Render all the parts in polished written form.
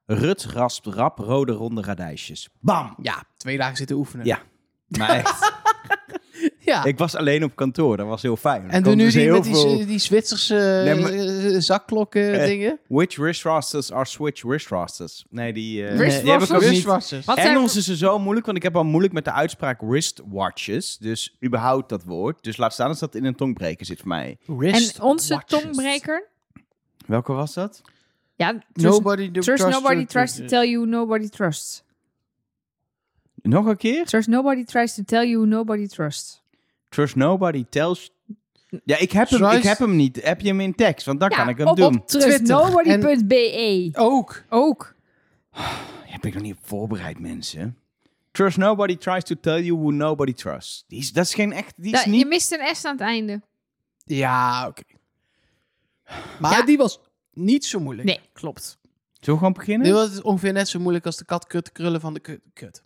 Rut raspt rap rode ronde radijsjes. Bam! Ja, 2 dagen zitten oefenen. Ja, maar echt. Ja. Ik was alleen op kantoor, dat was heel fijn. En doe nu die met die Zwitserse zakklokken dingen. Which wristrosters are switch wristrosters? Nee, die heb ik Wristwatches? ook niet. Wristwatches. Wat zijn- Engels is er zo moeilijk, want ik heb al moeilijk met de uitspraak wristwatches. Dus überhaupt dat woord. Dus laat staan als dat in een tongbreker zit voor mij. En onze tongbreker? Welke was dat? Ja, Nobody nobody tries to tell you nobody trusts. Nog een keer? Trust nobody tries to tell you nobody trusts. Trust nobody tells... Ja, ik heb hem niet. Heb je hem in tekst? Want dan kan ik hem doen. Op trustnobody.be. Ook. Ja, ben ik nog niet op voorbereid, mensen. Trust nobody tries to tell you who nobody trusts. Dat is geen echt... Je mist een S aan het einde. Ja, oké. Maar die was niet zo moeilijk. Nee, klopt. Zullen we gewoon beginnen? Dit was ongeveer net zo moeilijk als de kat krullen van de kut.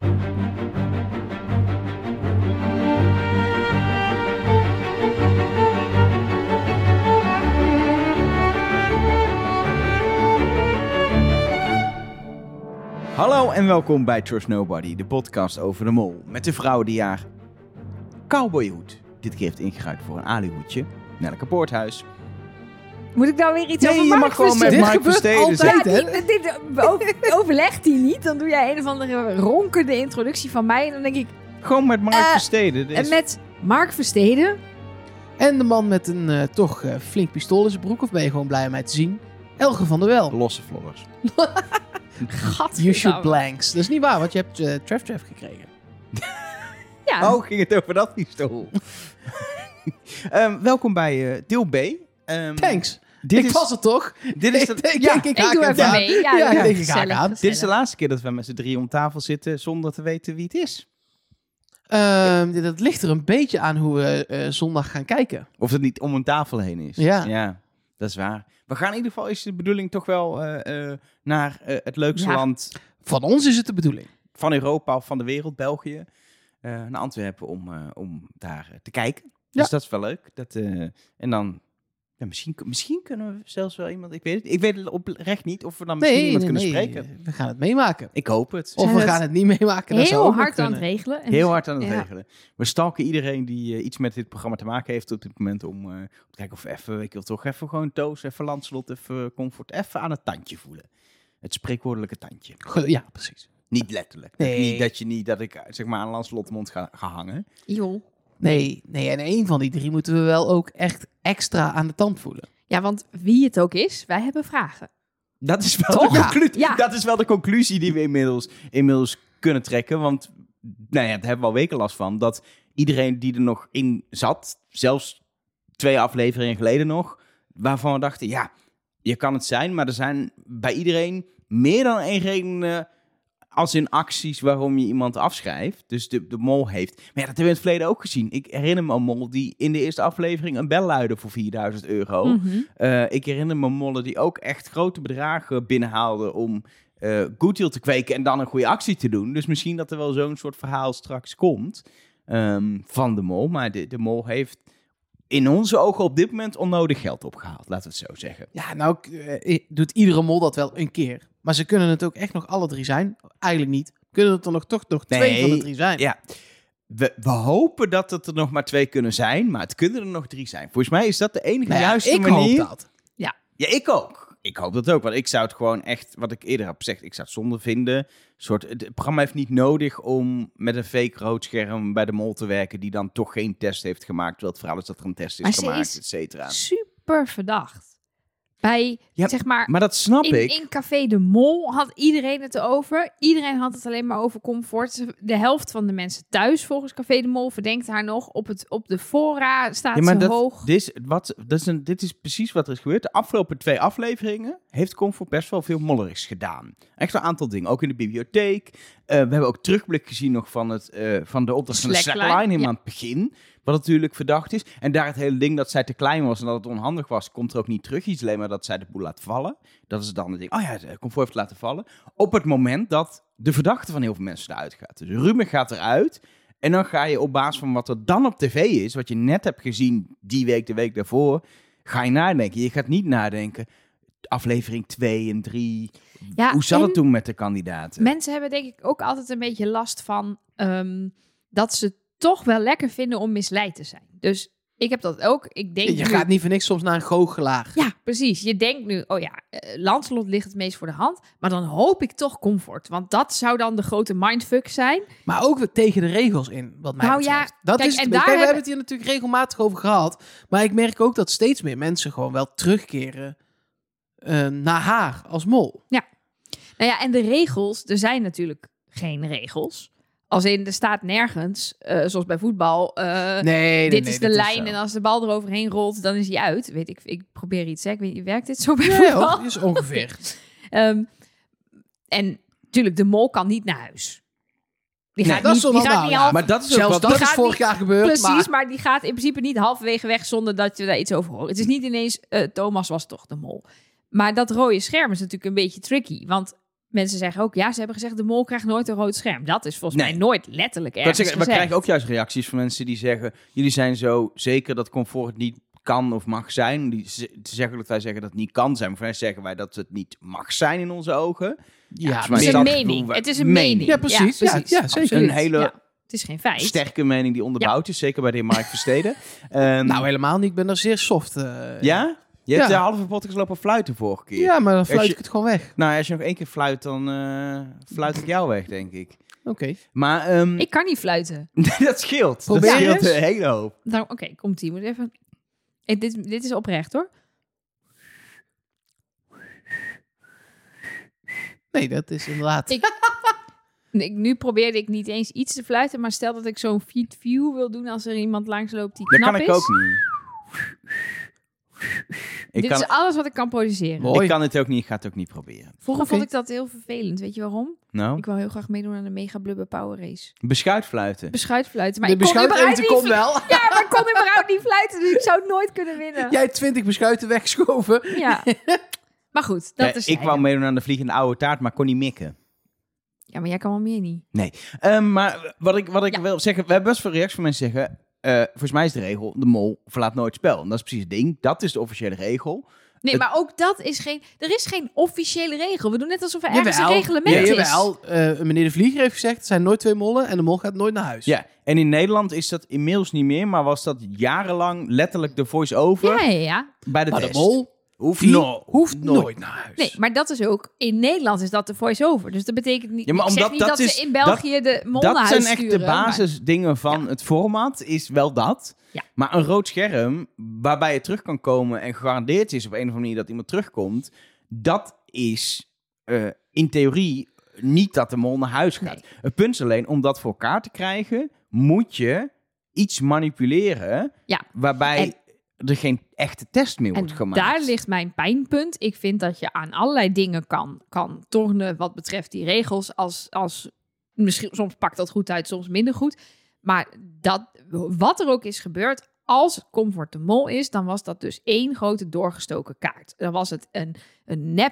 Hallo en welkom bij Trust Nobody, de podcast over de mol. Met de vrouw die haar cowboyhoed dit keer heeft ingeruild voor een alihoedje. Nelleke Poorthuis. Moet ik nou weer iets over Nee, je Mark mag gewoon met Versteden? Mark Versteden altijd, zeggen. Ja, dit overlegt hij niet. Dan doe jij een of andere ronkende introductie van mij. En dan denk ik, Gewoon met Mark Versteden. Dit en is- met Mark Versteden. En de man met een toch flink pistool in zijn broek. Of ben je gewoon blij om mij te zien? Elge van der Wel. Losse flodders. You shoot blanks. Dat is niet waar, want je hebt Treff gekregen. Ja, Oh, ging het over dat pistool? Welkom bij deel B. Thanks. Dit Ik is, was het toch? dit is de, Ik ja, denk, ik ik haak doe hem even aan. mee. Ja, Ja, ja, ik denk, ik gezellig, haak aan. dit is de laatste keer dat we met z'n drieën om tafel zitten zonder te weten wie het is. Dat ligt er een beetje aan hoe we zondag gaan kijken. Of het niet om een tafel heen is. Ja. Dat is waar. We gaan in ieder geval, is de bedoeling toch wel naar het leukste Ja. land Van ons is het de bedoeling. van Europa of van de wereld, België. Naar Antwerpen om daar te kijken. Ja. Dus dat is wel leuk. En dan, ja, misschien kunnen we zelfs wel iemand, ik weet het. Ik weet het oprecht niet of we dan misschien iemand kunnen spreken. We gaan het meemaken. Ik hoop het. Of we het gaan het niet meemaken. Dat zou heel ook nog hard aan het kunnen. regelen. En Heel hard aan het ja. regelen. We stalken iedereen die iets met dit programma te maken heeft op dit moment om te kijken of we even, ik wil toch even gewoon Toos, even Lancelot, even Comfort, even aan het tandje voelen. Het spreekwoordelijke tandje. Ja, precies. Niet letterlijk. Nee. Niet dat ik zeg maar aan Lancelot mond ga hangen. Joh. Nee, en een van die 3 moeten we wel ook echt extra aan de tand voelen. Ja, want wie het ook is, wij hebben vragen. Dat is wel, Toch? de, conclusie, Ja. dat is wel de conclusie die we inmiddels kunnen trekken. Want nou ja, daar hebben we al weken last van. Dat iedereen die er nog in zat, zelfs 2 afleveringen geleden nog, waarvan we dachten, ja, je kan het zijn, maar er zijn bij iedereen meer dan 1 reden als in acties waarom je iemand afschrijft. Dus de mol heeft. Maar ja, dat hebben we in het verleden ook gezien. Ik herinner me een mol die in de eerste aflevering een bel luidde voor €4.000. Ik herinner me mollen die ook echt grote bedragen binnenhaalden om goodwill te kweken en dan een goede actie te doen. Dus misschien dat er wel zo'n soort verhaal straks komt van de mol. Maar de mol heeft in onze ogen op dit moment onnodig geld opgehaald. Laten we het zo zeggen. Ja, nou doet iedere mol dat wel een keer. Maar ze kunnen het ook echt nog alle 3 zijn. Eigenlijk niet. Kunnen het er nog 2 van de 3 zijn. Ja, we hopen dat het er nog maar 2 kunnen zijn, maar het kunnen er nog 3 zijn. Volgens mij is dat de enige Nou ja, juiste ik manier. hoop dat. Ja, ik ook. Ik hoop dat ook, want ik zou het gewoon echt, wat ik eerder heb gezegd, ik zou het zonde vinden. Het programma heeft niet nodig om met een fake rood scherm bij de mol te werken, die dan toch geen test heeft gemaakt, terwijl het verhaal is dat er een test is Maar ze gemaakt, is et cetera. Super verdacht. Bij, Ja, zeg maar, Maar dat snap ik. in Café de Mol had iedereen het over. Iedereen had het alleen maar over comfort. De helft van de mensen thuis volgens Café de Mol verdenkt haar nog. Op de fora staat Ja, maar ze hoog. dit is precies wat er is gebeurd. De afgelopen 2 afleveringen heeft Comfort best wel veel mollerigs gedaan. Echt een aantal dingen. Ook in de bibliotheek. We hebben ook terugblik gezien nog van de opdracht van de slackline helemaal aan het begin. Wat natuurlijk verdacht is. En daar het hele ding dat zij te klein was en dat het onhandig was, komt er ook niet terug. Iets alleen maar dat zij de boel laat vallen. Dat is dan het ding. Oh ja, de Comfort heeft laten vallen. Op het moment dat de verdachte van heel veel mensen eruit gaat. Dus Ruben gaat eruit. En dan ga je op basis van wat er dan op tv is, wat je net hebt gezien die week, de week daarvoor, ga je nadenken. Je gaat niet nadenken, aflevering 2 en 3. Ja, Hoe zat en het toen met de kandidaten? mensen hebben denk ik ook altijd een beetje last van dat ze toch wel lekker vinden om misleid te zijn. Dus ik heb dat ook. Ik denk Je gaat niet voor niks soms naar een goochelaar. Ja, precies. Je denkt nu, Lancelot ligt het meest voor de hand. Maar dan hoop ik toch Comfort. Want dat zou dan de grote mindfuck zijn. Maar ook weer tegen de regels in, wat mij Nou ja, betreft. Dat kijk, is het. en Kijk, daar we hebben hebben- het hier natuurlijk regelmatig over gehad. Maar ik merk ook dat steeds meer mensen gewoon wel terugkeren naar haar als mol. Nou ja, en de regels, er zijn natuurlijk geen regels. Als in, er staat nergens, zoals bij voetbal, dit is de lijn en als de bal eroverheen rolt, dan is hij uit. Weet ik probeer iets, hè. Ik weet niet, werkt dit zo bij Nee, voetbal? ook, is ongeveer. En natuurlijk, de mol kan niet naar huis. Die Nee, gaat dat niet, is die wel gaat nou, niet ja. half... Maar dat is ook Zelfs wat... dat die is gaat vorig niet- jaar gebeurd. Precies, Maar maar die gaat in principe niet halverwege weg zonder dat je daar iets over hoort. Het is niet ineens, Thomas was toch de mol. Maar dat rode scherm is natuurlijk een beetje tricky. Want mensen zeggen ook, ja, ze hebben gezegd, de mol krijgt nooit een rood scherm. Dat is volgens Nee. mij nooit letterlijk Ik ergens wou zeggen, we gezegd. krijgen ook juist reacties van mensen die zeggen... jullie zijn zo zeker dat Comfort niet kan of mag zijn. Ze zeggen dat wij zeggen dat het niet kan zijn. Maar wij zeggen wij dat het niet mag zijn in onze ogen. ja, volgens Het mij is is een dat mening. gewoon Het is een mening. Ja, precies. Ja, zeker. Absoluut. Een hele Ja, het is geen feit. sterke mening die onderbouwd is. Zeker bij de heer Mark Versteden. Nou, helemaal niet. Ik ben er zeer soft. Ja? Je hebt Ja. de halve podcast lopen fluiten vorige keer. Ja, maar dan fluit je- ik het gewoon weg. Nou, als je nog één keer fluit, dan fluit ik jou weg, denk ik. Oké. Maar Ik kan niet fluiten. dat scheelt. Probeer dat scheelt eens. een hele hoop. Nou, oké, komt-ie. Moet even... Dit is oprecht, hoor. Nee, dat is inderdaad... Nu probeerde ik niet eens iets te fluiten, maar stel dat ik zo'n feed view wil doen als er iemand langsloopt die Dat knap kan ik is. ook niet. Dit is alles wat ik kan produceren. Mooi. Ik kan het ook niet, ik ga het ook niet proberen. Vroeger Oké. vond ik dat heel vervelend. Weet je waarom? Nou, Ik wou heel graag meedoen aan de Mega Blubber Power Race. beschuitfluiten. Beschuitfluiten. Maar De ik kon beschuit überhaupt eten niet komt wel. Ja, maar ik kon überhaupt niet fluiten, dus ik zou het nooit kunnen winnen. Jij 20 beschuiten weggeschoven. Ja. Maar goed, dat Ja, is ik wou meedoen aan de vliegende oude taart, maar kon niet mikken. Ja, maar jij kan wel meer niet. Maar wat ik Ja. wil zeggen, we hebben best veel reacties van mensen zeggen... volgens mij is de regel, de mol verlaat nooit het spel. En dat is precies het ding. Dat is de officiële regel. Nee, Het- maar ook dat is geen... Er is geen officiële regel. We doen net alsof er ergens een Jawel. reglement Ja, is. jawel. Meneer de Vlieger heeft gezegd, er zijn nooit 2 mollen en de mol gaat nooit naar huis. Ja, en in Nederland is dat inmiddels niet meer, maar was dat jarenlang letterlijk de voice-over Ja. bij de Maar de test. mol hoeft, hoeft nooit naar huis. Nee, maar dat is ook... In Nederland is dat de voice-over. Dus dat betekent niet... Ja, maar ik zeg omdat niet dat dat is- ze in België de mol naar Dat huis zijn echt sturen. de maar- basisdingen van het format, is wel dat. Ja. Maar een rood scherm, waarbij je terug kan komen en gegarandeerd is op een of andere manier dat iemand terugkomt, dat is in theorie niet dat de mol naar huis gaat. Nee. Het punt is alleen, om dat voor elkaar te krijgen, moet je iets manipuleren Ja. waarbij er geen echte test meer wordt En gemaakt. daar ligt mijn pijnpunt. Ik vind dat je aan allerlei dingen kan tornen wat betreft die regels. Als misschien, soms pakt dat goed uit, soms minder goed. Maar wat er ook is gebeurd, als Comfort de Mol is, dan was dat dus één grote doorgestoken kaart. Dan was het een nep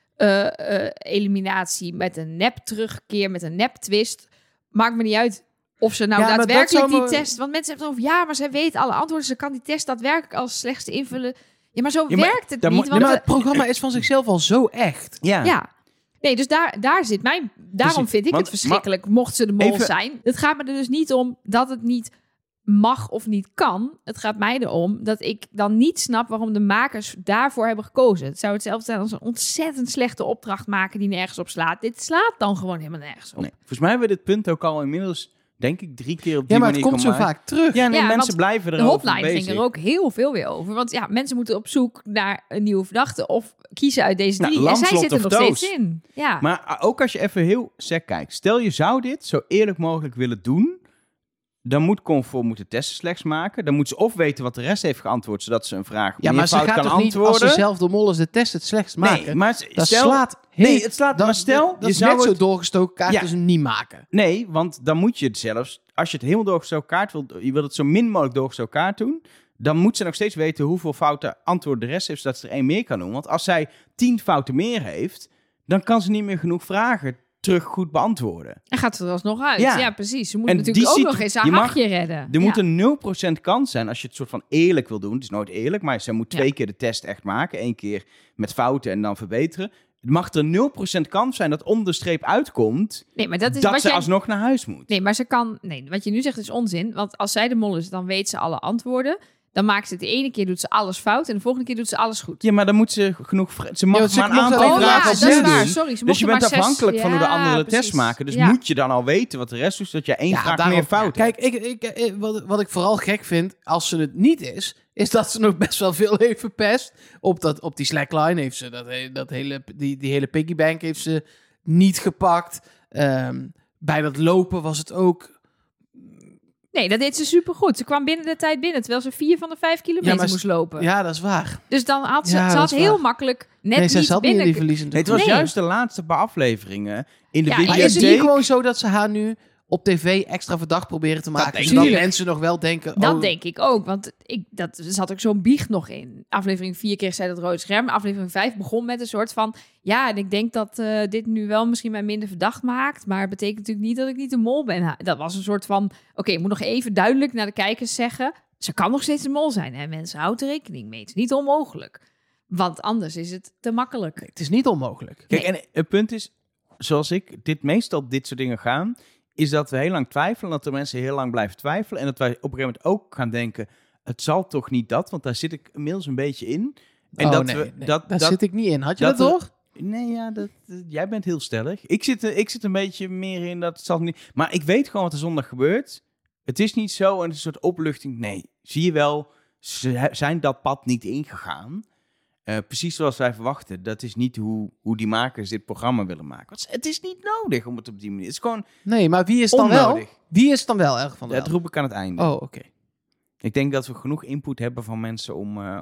eliminatie met een nep terugkeer, met een nep twist. Maakt me niet uit of ze nou Ja, maar daadwerkelijk dat zou die me- test... Want mensen hebben het over, ja, maar zij weet alle antwoorden. Ze kan die test daadwerkelijk als slechtste invullen. Ja, maar zo Ja, maar werkt het daar niet. moet- Want Nee, maar het programma is van zichzelf al zo echt. Ja. Nee, dus daar zit mijn... Daarom Precies, vind ik want- het verschrikkelijk, mocht ze de mol even- zijn. Het gaat me er dus niet om dat het niet mag of niet kan. Het gaat mij erom dat ik dan niet snap waarom de makers daarvoor hebben gekozen. Het zou hetzelfde zijn als een ontzettend slechte opdracht maken die nergens op slaat. Dit slaat dan gewoon helemaal nergens op. Nee. Volgens mij hebben we dit punt ook al inmiddels, denk ik, 3 keer op die Ja, maar het manier komt zo gemaakt. vaak terug. Ja, nee, Ja, mensen want blijven De erover hotline bezig. ging er ook heel veel weer over. Want ja, mensen moeten op zoek naar een nieuwe verdachte of kiezen uit deze Nou, drie. En zij Lancelot zitten of er nog steeds Toos. in. Ja. Maar ook als je even heel sec kijkt. Stel je zou dit zo eerlijk mogelijk willen doen. Dan moet Comfort moeten testen slechts maken. Dan moet ze of weten wat de rest heeft geantwoord, zodat ze een vraag Ja, meer maar ze fout gaat kan toch niet als antwoorden. ze zelf de mol is de test het slechtst maken? Nee, maar dat stel, slaat nee, het slaat. Maar stel, dat je is zou net het, zo doorgestoken kaart Ja. dus hem niet maken. nee, want dan moet je het zelfs, als je het helemaal doorgestoken kaart wilt, je wilt het zo min mogelijk doorgestoken kaart doen, dan moet ze nog steeds weten hoeveel fouten antwoorden de rest heeft, zodat ze er één meer kan doen. Want als zij 10 fouten meer heeft, dan kan ze niet meer genoeg vragen terug goed beantwoorden. En gaat er alsnog uit. Ja. Ja, precies. Ze moet En natuurlijk die ook nog eens haar je mag- hachje redden. Er moet een 0% kans zijn als je het soort van eerlijk wil doen. Het is nooit eerlijk, maar ze moet 2 keer de test echt maken. 1 keer met fouten en dan verbeteren. Het mag er 0% kans zijn dat om de streep uitkomt Nee, maar dat is dat wat ze jij... alsnog naar huis moet. Nee, maar ze kan... Nee, wat je nu zegt is onzin. Want als zij de mol is, dan weet ze alle antwoorden. Dan maakt ze het de ene keer doet ze alles fout en de volgende keer doet ze alles goed. Ja, maar dan moet ze genoeg... Ze mag ze maar een mag aantal alleen Oh ja, vragen dat op is doen. waar. Sorry, ze Dus mochten je bent maar 6. afhankelijk van hoe de anderen de precies. test maken. Dus Ja. moet je dan al weten wat de rest doet, zodat jij 1 vraag daarom- meer fout hebt. Kijk, wat ik vooral gek vind, als ze het niet is dat ze nog best wel veel heeft verpest. Op die slackline heeft ze die hele piggybank heeft ze niet gepakt. Bij dat lopen was het ook... Nee, dat deed ze supergoed. Ze kwam binnen de tijd binnen, terwijl ze 4 van de 5 kilometer maar moest lopen. Ja, dat is waar. Dus dan had ze, Ja, ze dat had is heel waar. makkelijk net Nee, zij niet zat niet in binnen... die verliezende Nee, het was Nee. juist de laatste paar afleveringen in de Ja, Maar is het niet bibliotheek. gewoon zo dat ze haar nu op tv extra verdacht proberen te maken? denk Zodat ik. mensen nog wel denken... Dat oh, denk ik ook, want er zat ook zo'n biecht nog in. Aflevering 4 kreeg zij dat rode scherm. Aflevering 5 begon met een soort van... Ja, en ik denk dat dit nu wel misschien mij minder verdacht maakt. Maar het betekent natuurlijk niet dat ik niet de mol ben. Dat was een soort van... Oké, ik moet nog even duidelijk naar de kijkers zeggen... Ze kan nog steeds een mol zijn. En mensen, houden er rekening mee. Het is niet onmogelijk. Want anders is het te makkelijk. Het is niet onmogelijk. Kijk, en het punt is, zoals ik meestal dit soort dingen gaan, is dat we heel lang twijfelen, dat de mensen heel lang blijven twijfelen en dat wij op een gegeven moment ook gaan denken, het zal toch niet dat, want daar zit ik inmiddels een beetje in. En Daar zit ik niet in. Had je dat dat er- door? Nee, ja, jij bent heel stellig. Ik zit een beetje meer in dat het zal niet. Maar ik weet gewoon wat er zondag gebeurt. Het is niet zo een soort opluchting. Nee, zie je wel, ze zijn dat pad niet ingegaan. Precies zoals wij verwachten. Dat is niet hoe die makers dit programma willen maken. Want het is niet nodig om het op die manier. Het is gewoon Nee, maar wie is dan wel? onnodig. Wie is dan wel erg van de Dat roep ik aan het einde. Oh, oké. Ik denk dat we genoeg input hebben van mensen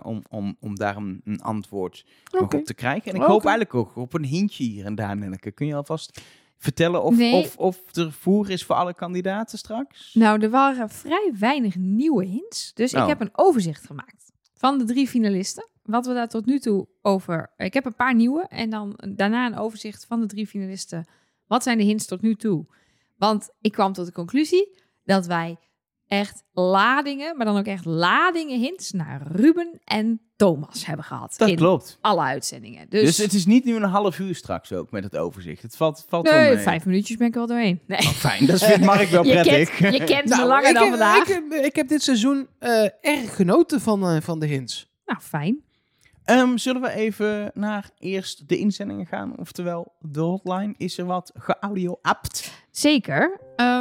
om daar een antwoord nog Oké. op te krijgen. En ik Oké. hoop eigenlijk ook op een hintje hier en daar, Nelleke. Kun je alvast vertellen Nee. of er voer is voor alle kandidaten straks? Nou, er waren vrij weinig nieuwe hints. Dus ik Oh. heb een overzicht gemaakt van de 3 finalisten. Wat we daar tot nu toe over... Ik heb een paar nieuwe en dan daarna een overzicht van de 3 finalisten. Wat zijn de hints tot nu toe? Want ik kwam tot de conclusie dat wij echt ladingen, maar dan ook echt ladingen hints naar Ruben en Thomas hebben gehad. Dat in klopt. alle uitzendingen. Dus het is niet nu een half uur straks ook met het overzicht. Het valt wel Nee, mee. 5 minuutjes ben ik er wel doorheen. Nee. Oh, fijn, dat vindt Mark wel prettig. Je kent me langer dan vandaag. Ik heb dit seizoen erg genoten van de hints. Nou, fijn. Zullen we even naar eerst de inzendingen gaan? Oftewel, de hotline. Is er wat geaudio-apt? Zeker.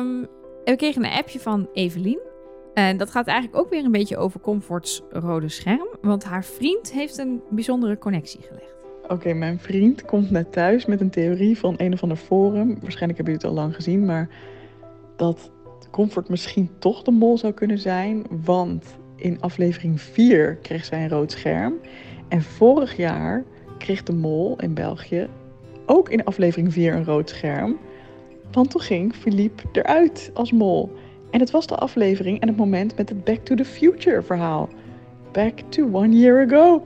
We kregen een appje van Evelien. En dat gaat eigenlijk ook weer een beetje over Comfort's rode scherm. Want haar vriend heeft een bijzondere connectie gelegd. Oké, mijn vriend komt net thuis met een theorie van een of ander forum. Waarschijnlijk hebben jullie het al lang gezien, maar dat Comfort misschien toch de mol zou kunnen zijn. Want in aflevering 4 kreeg zij een rood scherm. En vorig jaar kreeg de mol in België ook in aflevering 4 een rood scherm. Want toen ging Philippe eruit als mol. En het was de aflevering en het moment met het Back to the Future verhaal. Back to 1 year ago.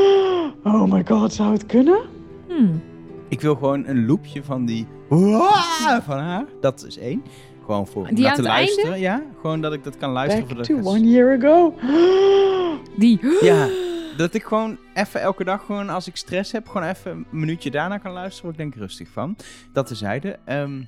Oh my god, zou het kunnen? Ik wil gewoon een loopje van die... van haar. Dat is 1. Gewoon voor Die naar aan te het luisteren. Ja, gewoon dat ik dat kan luisteren. Back voordat to ik 1 year ago. Die... Ja, dat ik gewoon even elke dag, gewoon als ik stress heb, gewoon even een minuutje daarna kan luisteren. Word ik denk rustig van. Dat tezijde.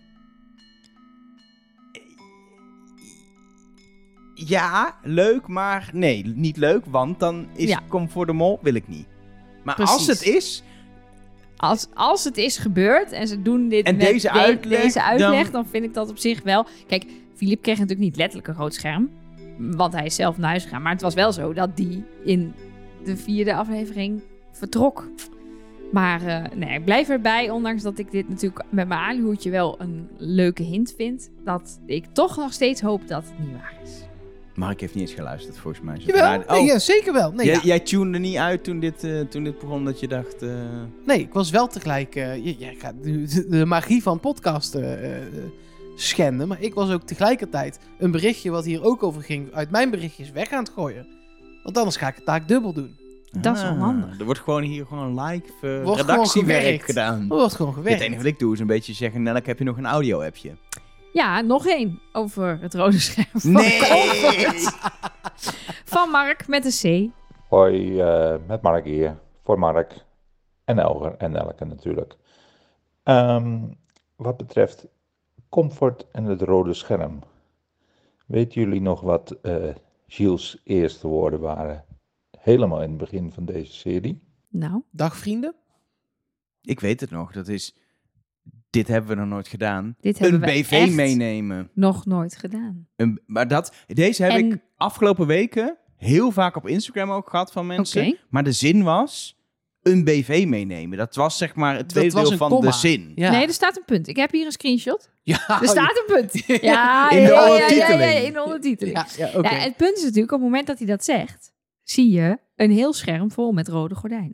Ja, leuk, maar nee, niet leuk. Want dan is Ja. Kom voor de Mol, wil ik niet. Maar Precies. als het is... Als het is gebeurd en ze doen dit En met deze uitleg, dan vind ik dat op zich wel... Kijk, Philippe kreeg natuurlijk niet letterlijk een rood scherm. Want hij is zelf naar huis gegaan. Maar het was wel zo dat die in de 4e aflevering vertrok. Maar nee, ik blijf erbij. Ondanks dat ik dit natuurlijk met mijn alihoedje wel een leuke hint vind. Dat ik toch nog steeds hoop dat het niet waar is. Mark heeft niet eens geluisterd, volgens mij. Jawel, nee, ja, zeker wel. Nee, ja. Jij tunede niet uit toen dit begon, dat je dacht... Nee, ik was wel tegelijk... jij gaat nu de magie van podcasten schenden. Maar ik was ook tegelijkertijd een berichtje wat hier ook over ging... uit mijn berichtjes weg aan het gooien. Want anders ga ik het taak dubbel doen. Dat is onhandig. Er wordt gewoon hier gewoon live Wordt redactiewerk gewoon gewerkt. gedaan. Er wordt gewoon Het gewerkt. enige wat ik doe is een beetje zeggen, Nelleke, heb je nog een audio-appje? Ja, nog één over het rode scherm. Van Mark met een C. Hoi, met Mark hier. Voor Mark en Elger en Elke natuurlijk. Wat betreft comfort en het rode scherm. Weten jullie nog wat Gilles' eerste woorden waren? Helemaal in het begin van deze serie. Nou, Dag vrienden. Ik weet het nog, dat is... Dit hebben we nog nooit gedaan. dit Een hebben we BV echt meenemen. nog nooit gedaan. Deze heb En- ik afgelopen weken heel vaak op Instagram ook gehad van mensen. Oké. Maar de zin was een BV meenemen. Dat was zeg maar het tweede was deel een van komma. de zin. Ja. Nee, er staat een punt. Ik heb hier een screenshot. Ja, Er staat een punt. Ja, In de ondertiteling. in de ondertiteling. Ja, oké. Ja, het punt is natuurlijk, op het moment dat hij dat zegt, zie je een heel scherm vol met rode gordijnen.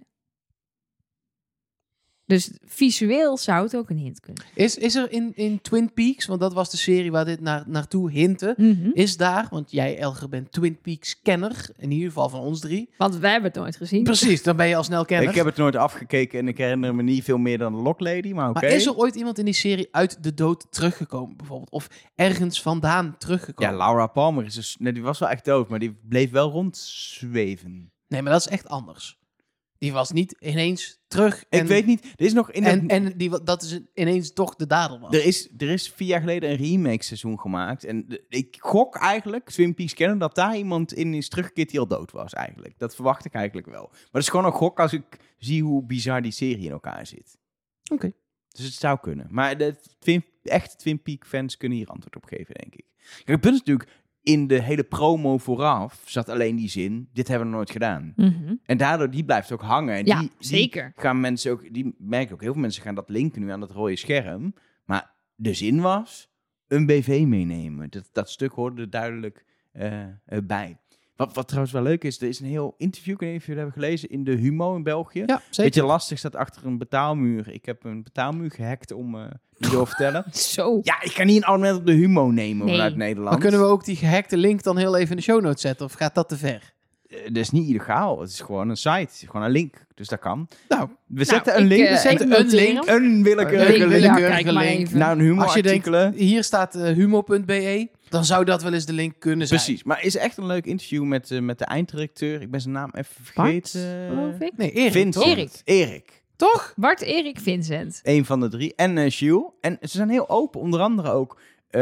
Dus visueel zou het ook een hint kunnen. Is er in Twin Peaks, want dat was de serie waar dit naartoe hintte, Mhm. is daar, want jij Elger bent Twin Peaks kenner, in ieder geval van ons 3. Want wij hebben het nooit gezien. Precies, dan ben je al snel kenner. Ik heb het nooit afgekeken en ik herinner me niet veel meer dan de Lock Lady, maar oké. Maar is er ooit iemand in die serie uit de dood teruggekomen bijvoorbeeld? Of ergens vandaan teruggekomen? Ja, Laura Palmer is dus... Nee, die was wel echt dood, maar die bleef wel rondzweven. Nee, maar dat is echt anders. Die was niet ineens terug. Ik weet niet, er is nog... Dat is ineens toch de dader was. Er is 4 jaar geleden een remake seizoen gemaakt. En ik gok eigenlijk, Twin Peaks kennen, dat daar iemand in is teruggekeerd die al dood was eigenlijk. Dat verwacht ik eigenlijk wel. Maar het is gewoon een gok als ik zie hoe bizar die serie in elkaar zit. Oké. Dus het zou kunnen. Maar de echte Twin Peaks fans kunnen hier antwoord op geven, denk ik. Kijk, het punt is natuurlijk, in de hele promo vooraf zat alleen die zin, dit hebben we nog nooit gedaan. Mhm. En daardoor, die blijft ook hangen. En Ja, die zeker. Gaan mensen ook, die merken ook, heel veel mensen gaan dat linken nu aan dat rode scherm. Maar de zin was, een BV meenemen. Dat stuk hoorde er duidelijk bij. Wat trouwens wel leuk is, er is een heel interview, ik weet niet of jullie hebben gelezen, in de Humo in België. Ja, zeker. Beetje lastig, staat achter een betaalmuur. Ik heb een betaalmuur gehackt om die te vertellen. Zo. Ja, ik kan niet een abonnement op de Humo nemen Nee. vanuit Nederland. Maar kunnen we ook die gehackte link dan heel even in de show notes zetten? Of gaat dat te ver? Dat is niet illegaal. Het is gewoon een site. Het is gewoon een link. Dus dat kan. Nou, We zetten een link. Ik We zetten een noteer link. hem. een willekeurige Een link willekeurige Ja, kijk maar link. even. naar een als je denkt, humo-artikelen. hier staat humo.be, dan zou dat wel eens de link kunnen zijn. Precies. Maar is echt een leuk interview met de einddirecteur. Ik ben zijn naam even Bart, vergeten. geloof ik. Nee, Erik, Vincent. toch? Erik. Toch? Bart, Erik, Vincent. Een van de 3. En Gilles. En ze zijn heel open. Onder andere ook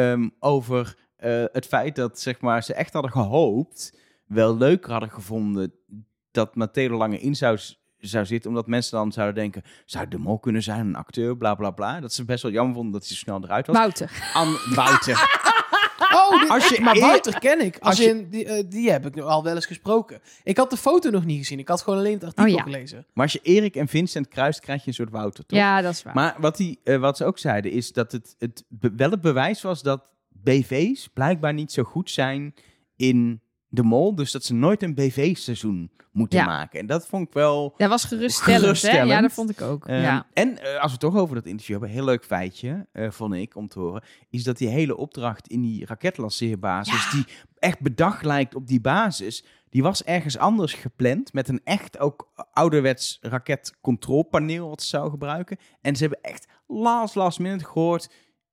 over het feit dat zeg maar, ze echt hadden gehoopt, wel leuker hadden gevonden dat Matteo Lange in zou zitten, omdat mensen dan zouden denken, zou de Mol kunnen zijn, een acteur, bla bla bla. Dat ze best wel jammer vonden dat hij zo snel eruit was. Wouter. Wouter. Oh, maar Eer- Wouter ken ik. als je- Die heb ik nu al wel eens gesproken. Ik had de foto nog niet gezien. Ik had gewoon alleen het artikel Oh, ja. gelezen. Maar als je Erik en Vincent kruist, krijg je een soort Wouter, toch? Ja, dat is waar. Maar wat ze ook zeiden, is dat het wel het bewijs was dat BV's blijkbaar niet zo goed zijn in de Mol. Dus dat ze nooit een BV-seizoen moeten Ja. maken. En dat vond ik wel... Dat was geruststellend, hè? Geruststellend. Ja, dat vond ik ook. Ja. En als we het toch over dat interview hebben, een heel leuk feitje, vond ik, om te horen, is dat die hele opdracht in die raketlanceerbasis, die echt bedacht lijkt op die basis, die was ergens anders gepland met een echt ook ouderwets raketcontrolepaneel wat ze zouden gebruiken. En ze hebben echt last minute gehoord,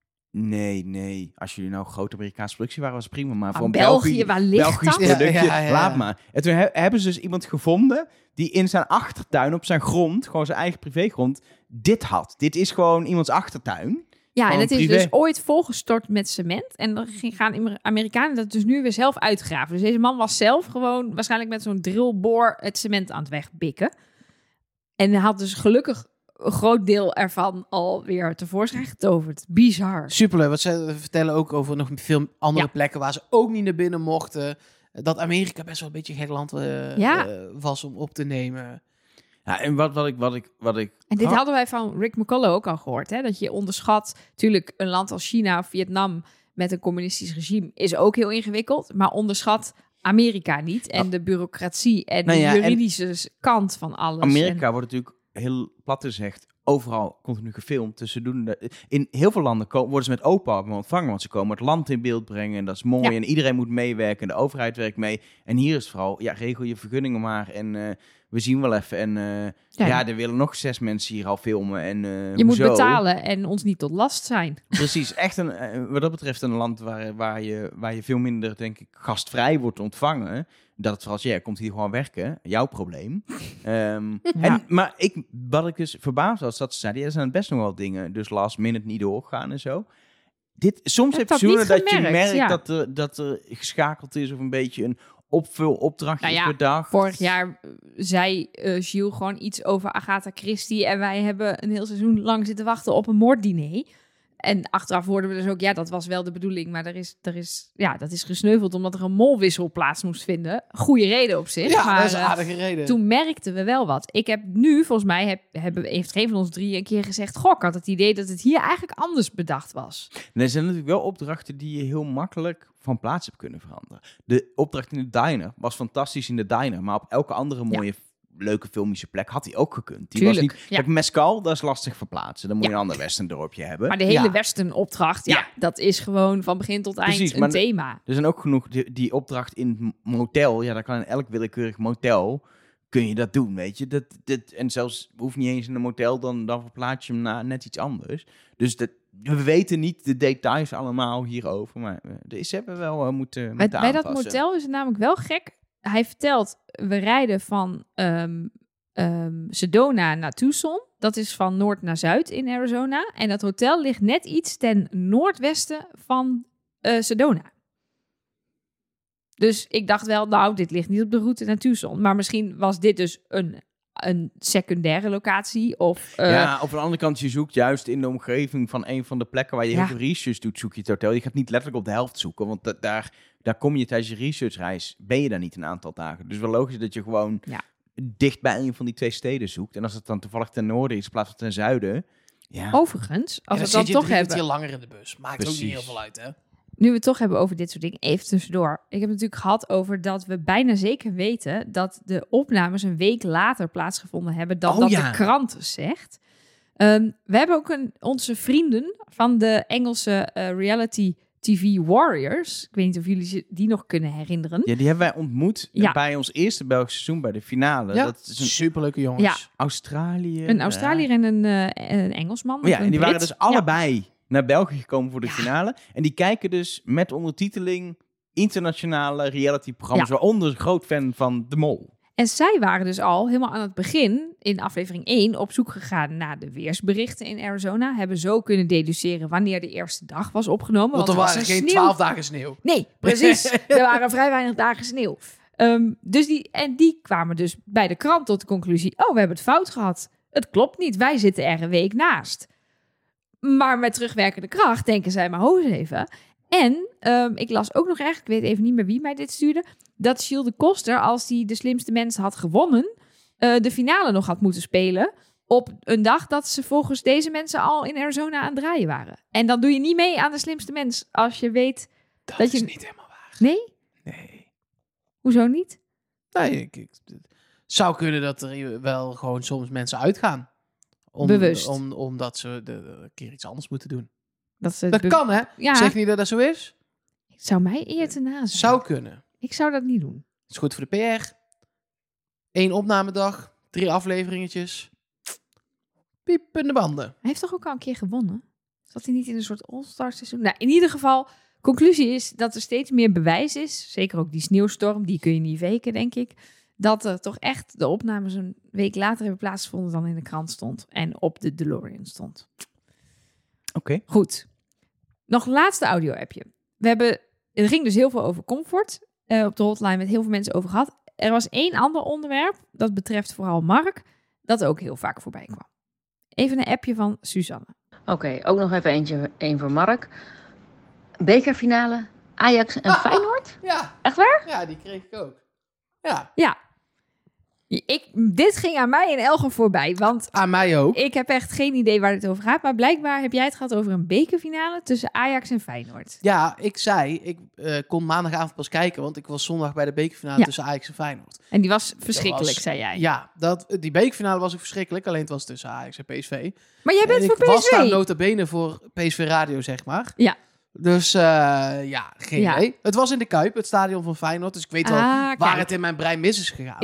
nee, als jullie nou een grote Amerikaanse productie waren, was het prima, maar voor een België, waar ligt Belgisch dat? productje, Ja. laat maar. En toen hebben ze dus iemand gevonden die in zijn achtertuin, op zijn grond, gewoon zijn eigen privégrond, dit had. Dit is gewoon iemands achtertuin. Ja, en Gewoon het is privé. dus ooit volgestort met cement. En dan gaan Amerikanen dat dus nu weer zelf uitgraven. Dus deze man was zelf gewoon waarschijnlijk met zo'n drillboor het cement aan het wegbikken. En hij had dus gelukkig een groot deel ervan alweer tevoorschijn getoverd. Bizar. Superleuk. Wat ze vertellen ook over nog veel andere Ja. plekken waar ze ook niet naar binnen mochten. Dat Amerika best wel een beetje een gek land was om op te nemen. Ja, en wat ik En dit hadden wij van Rick McCullough ook al gehoord. Hè? Dat je onderschat, natuurlijk een land als China of Vietnam met een communistisch regime is ook heel ingewikkeld. Maar onderschat Amerika niet. En de bureaucratie en Nou ja, de en juridische kant van alles. Amerika wordt natuurlijk heel plat gezegd overal continu gefilmd. Dus ze doen in heel veel landen worden ze met open armen ontvangen, want ze komen het land in beeld brengen en dat is mooi. Ja. En iedereen moet meewerken, de overheid werkt mee. En hier is vooral, ja, regel je vergunningen maar en we zien wel even. En er willen nog 6 mensen hier al filmen. En je moet hoezo? betalen en ons niet tot last zijn. Precies, echt wat dat betreft een land waar je veel minder, denk ik, gastvrij wordt ontvangen. Dat het vooral als jij komt hier gewoon werken, jouw probleem. Maar wat ik dus verbaasd was, dat ze zeiden, er zijn best nog wel dingen, dus last minute niet doorgaan en zo. Soms heb je seizoenen dat je merkt dat er geschakeld is of een beetje een opvulopdrachtje per dag. Vorig jaar zei Gilles gewoon iets over Agatha Christie en wij hebben een heel seizoen lang zitten wachten op een moorddiner. En achteraf hoorden we dus ook, dat was wel de bedoeling, maar dat is gesneuveld omdat er een molwissel plaats moest vinden. Goeie reden op zich. Ja, maar, dat is een aardige reden. Toen merkten we wel wat. Ik heb nu, volgens mij, heeft geen van ons 3 een keer gezegd, ik had het idee dat het hier eigenlijk anders bedacht was. En er zijn natuurlijk wel opdrachten die je heel makkelijk van plaats hebt kunnen veranderen. De opdracht in de diner was fantastisch in de diner, maar op elke andere mooie leuke filmische plek had hij ook gekund. Die was niet. Kijk, Mescal, dat is lastig verplaatsen. Dan moet je een ander western-dorpje hebben. Maar de hele western-opdracht, dat is gewoon van begin tot eind een thema. Er zijn ook genoeg die opdracht in het motel. Ja, dat kan in elk willekeurig motel. Kun je dat doen, weet je? En zelfs hoeft niet eens in een motel, dan verplaats je hem naar net iets anders. Dus we weten niet de details allemaal hierover, maar ze hebben wel moeten aanpassen. Bij dat motel is het namelijk wel gek. Hij vertelt, we rijden van Sedona naar Tucson. Dat is van noord naar zuid in Arizona. En dat hotel ligt net iets ten noordwesten van Sedona. Dus ik dacht wel, dit ligt niet op de route naar Tucson. Maar misschien was dit dus een secundaire locatie. Of of aan de andere kant, je zoekt juist in de omgeving van een van de plekken waar je heel veel research doet, zoek je het hotel. Je gaat niet letterlijk op de helft zoeken, want daar kom je tijdens je researchreis, ben je daar niet een aantal dagen. Dus wel logisch dat je gewoon dicht bij een van die 2 steden zoekt. En als het dan toevallig ten noorden is in plaats van ten zuiden. Ja. Overigens, als we het dan toch hebben. Je langer in de bus. Maakt ook niet heel veel uit, hè? Nu we het toch hebben over dit soort dingen, even tussendoor. Ik heb het natuurlijk gehad over dat we bijna zeker weten dat de opnames een week later plaatsgevonden hebben dan de krant zegt. We hebben ook onze vrienden van de Engelse reality TV Warriors. Ik weet niet of jullie die nog kunnen herinneren. Ja, die hebben wij ontmoet bij ons eerste Belgisch seizoen, bij de finale. Ja, dat is een superleuke jongens. Ja. Australië. Een Australiër en een Engelsman. En die waren dus allebei naar België gekomen voor de finale. En die kijken dus met ondertiteling internationale reality-programma's, waaronder groot fan van De Mol. En zij waren dus al helemaal aan het begin, in aflevering 1, op zoek gegaan naar de weersberichten in Arizona. Hebben zo kunnen deduceren wanneer de eerste dag was opgenomen. Want er waren geen 12 dagen sneeuw. Nee, precies. Er waren vrij weinig dagen sneeuw. Dus die kwamen dus bij de krant tot de conclusie, we hebben het fout gehad. Het klopt niet, wij zitten er een week naast. Maar met terugwerkende kracht denken zij maar hoog even. En ik las ook nog ergens, ik weet even niet meer wie mij dit stuurde, dat Gilles de Koster, als hij De Slimste Mensen had gewonnen, de finale nog had moeten spelen op een dag dat ze volgens deze mensen al in Arizona aan het draaien waren. En dan doe je niet mee aan De Slimste Mens als je weet dat je... Dat is niet helemaal waar. Nee? Nee. Hoezo niet? Nee, het zou kunnen dat er wel gewoon soms mensen uitgaan. Bewust. Omdat ze een keer iets anders moeten doen. Dat kan, hè? Ja. Zeg niet dat dat zo is. Het zou mij eer te na zijn. Zou kunnen. Ik zou dat niet doen. Het is goed voor de PR. 1 opnamedag, 3 afleveringetjes. Piepende banden. Hij heeft toch ook al een keer gewonnen? Zat hij niet in een soort all-star seizoen? Nou, in ieder geval, conclusie is dat er steeds meer bewijs is. Zeker ook die sneeuwstorm, die kun je niet faken, denk ik. Dat er toch echt de opnames een week later hebben plaatsgevonden dan in de krant stond. En op de DeLorean stond. Oké. Goed. Nog een laatste audio-appje. Er ging dus heel veel over comfort. Op de hotline met heel veel mensen over gehad. Er was 1 ander onderwerp, dat betreft vooral Mark, dat ook heel vaak voorbij kwam. Even een appje van Suzanne. Oké, ook nog even één voor Mark. Bekerfinale, Ajax en Feyenoord? Ja. Echt waar? Ja, die kreeg ik ook. Ja. Ja. Dit ging aan mij in Elger voorbij, want aan mij ook. Ik heb echt geen idee waar het over gaat, maar blijkbaar heb jij het gehad over een bekerfinale tussen Ajax en Feyenoord. Ja, ik kon maandagavond pas kijken, want ik was zondag bij de bekerfinale tussen Ajax en Feyenoord. En die was verschrikkelijk, zei jij. Ja, die bekerfinale was ook verschrikkelijk, alleen het was tussen Ajax en PSV. Maar jij bent voor PSV? Ik was daar nota bene voor PSV Radio, zeg maar. Ja. Dus geen idee. Het was in de Kuip, het stadion van Feyenoord, dus ik weet wel waar het in mijn brein mis is gegaan. Ja.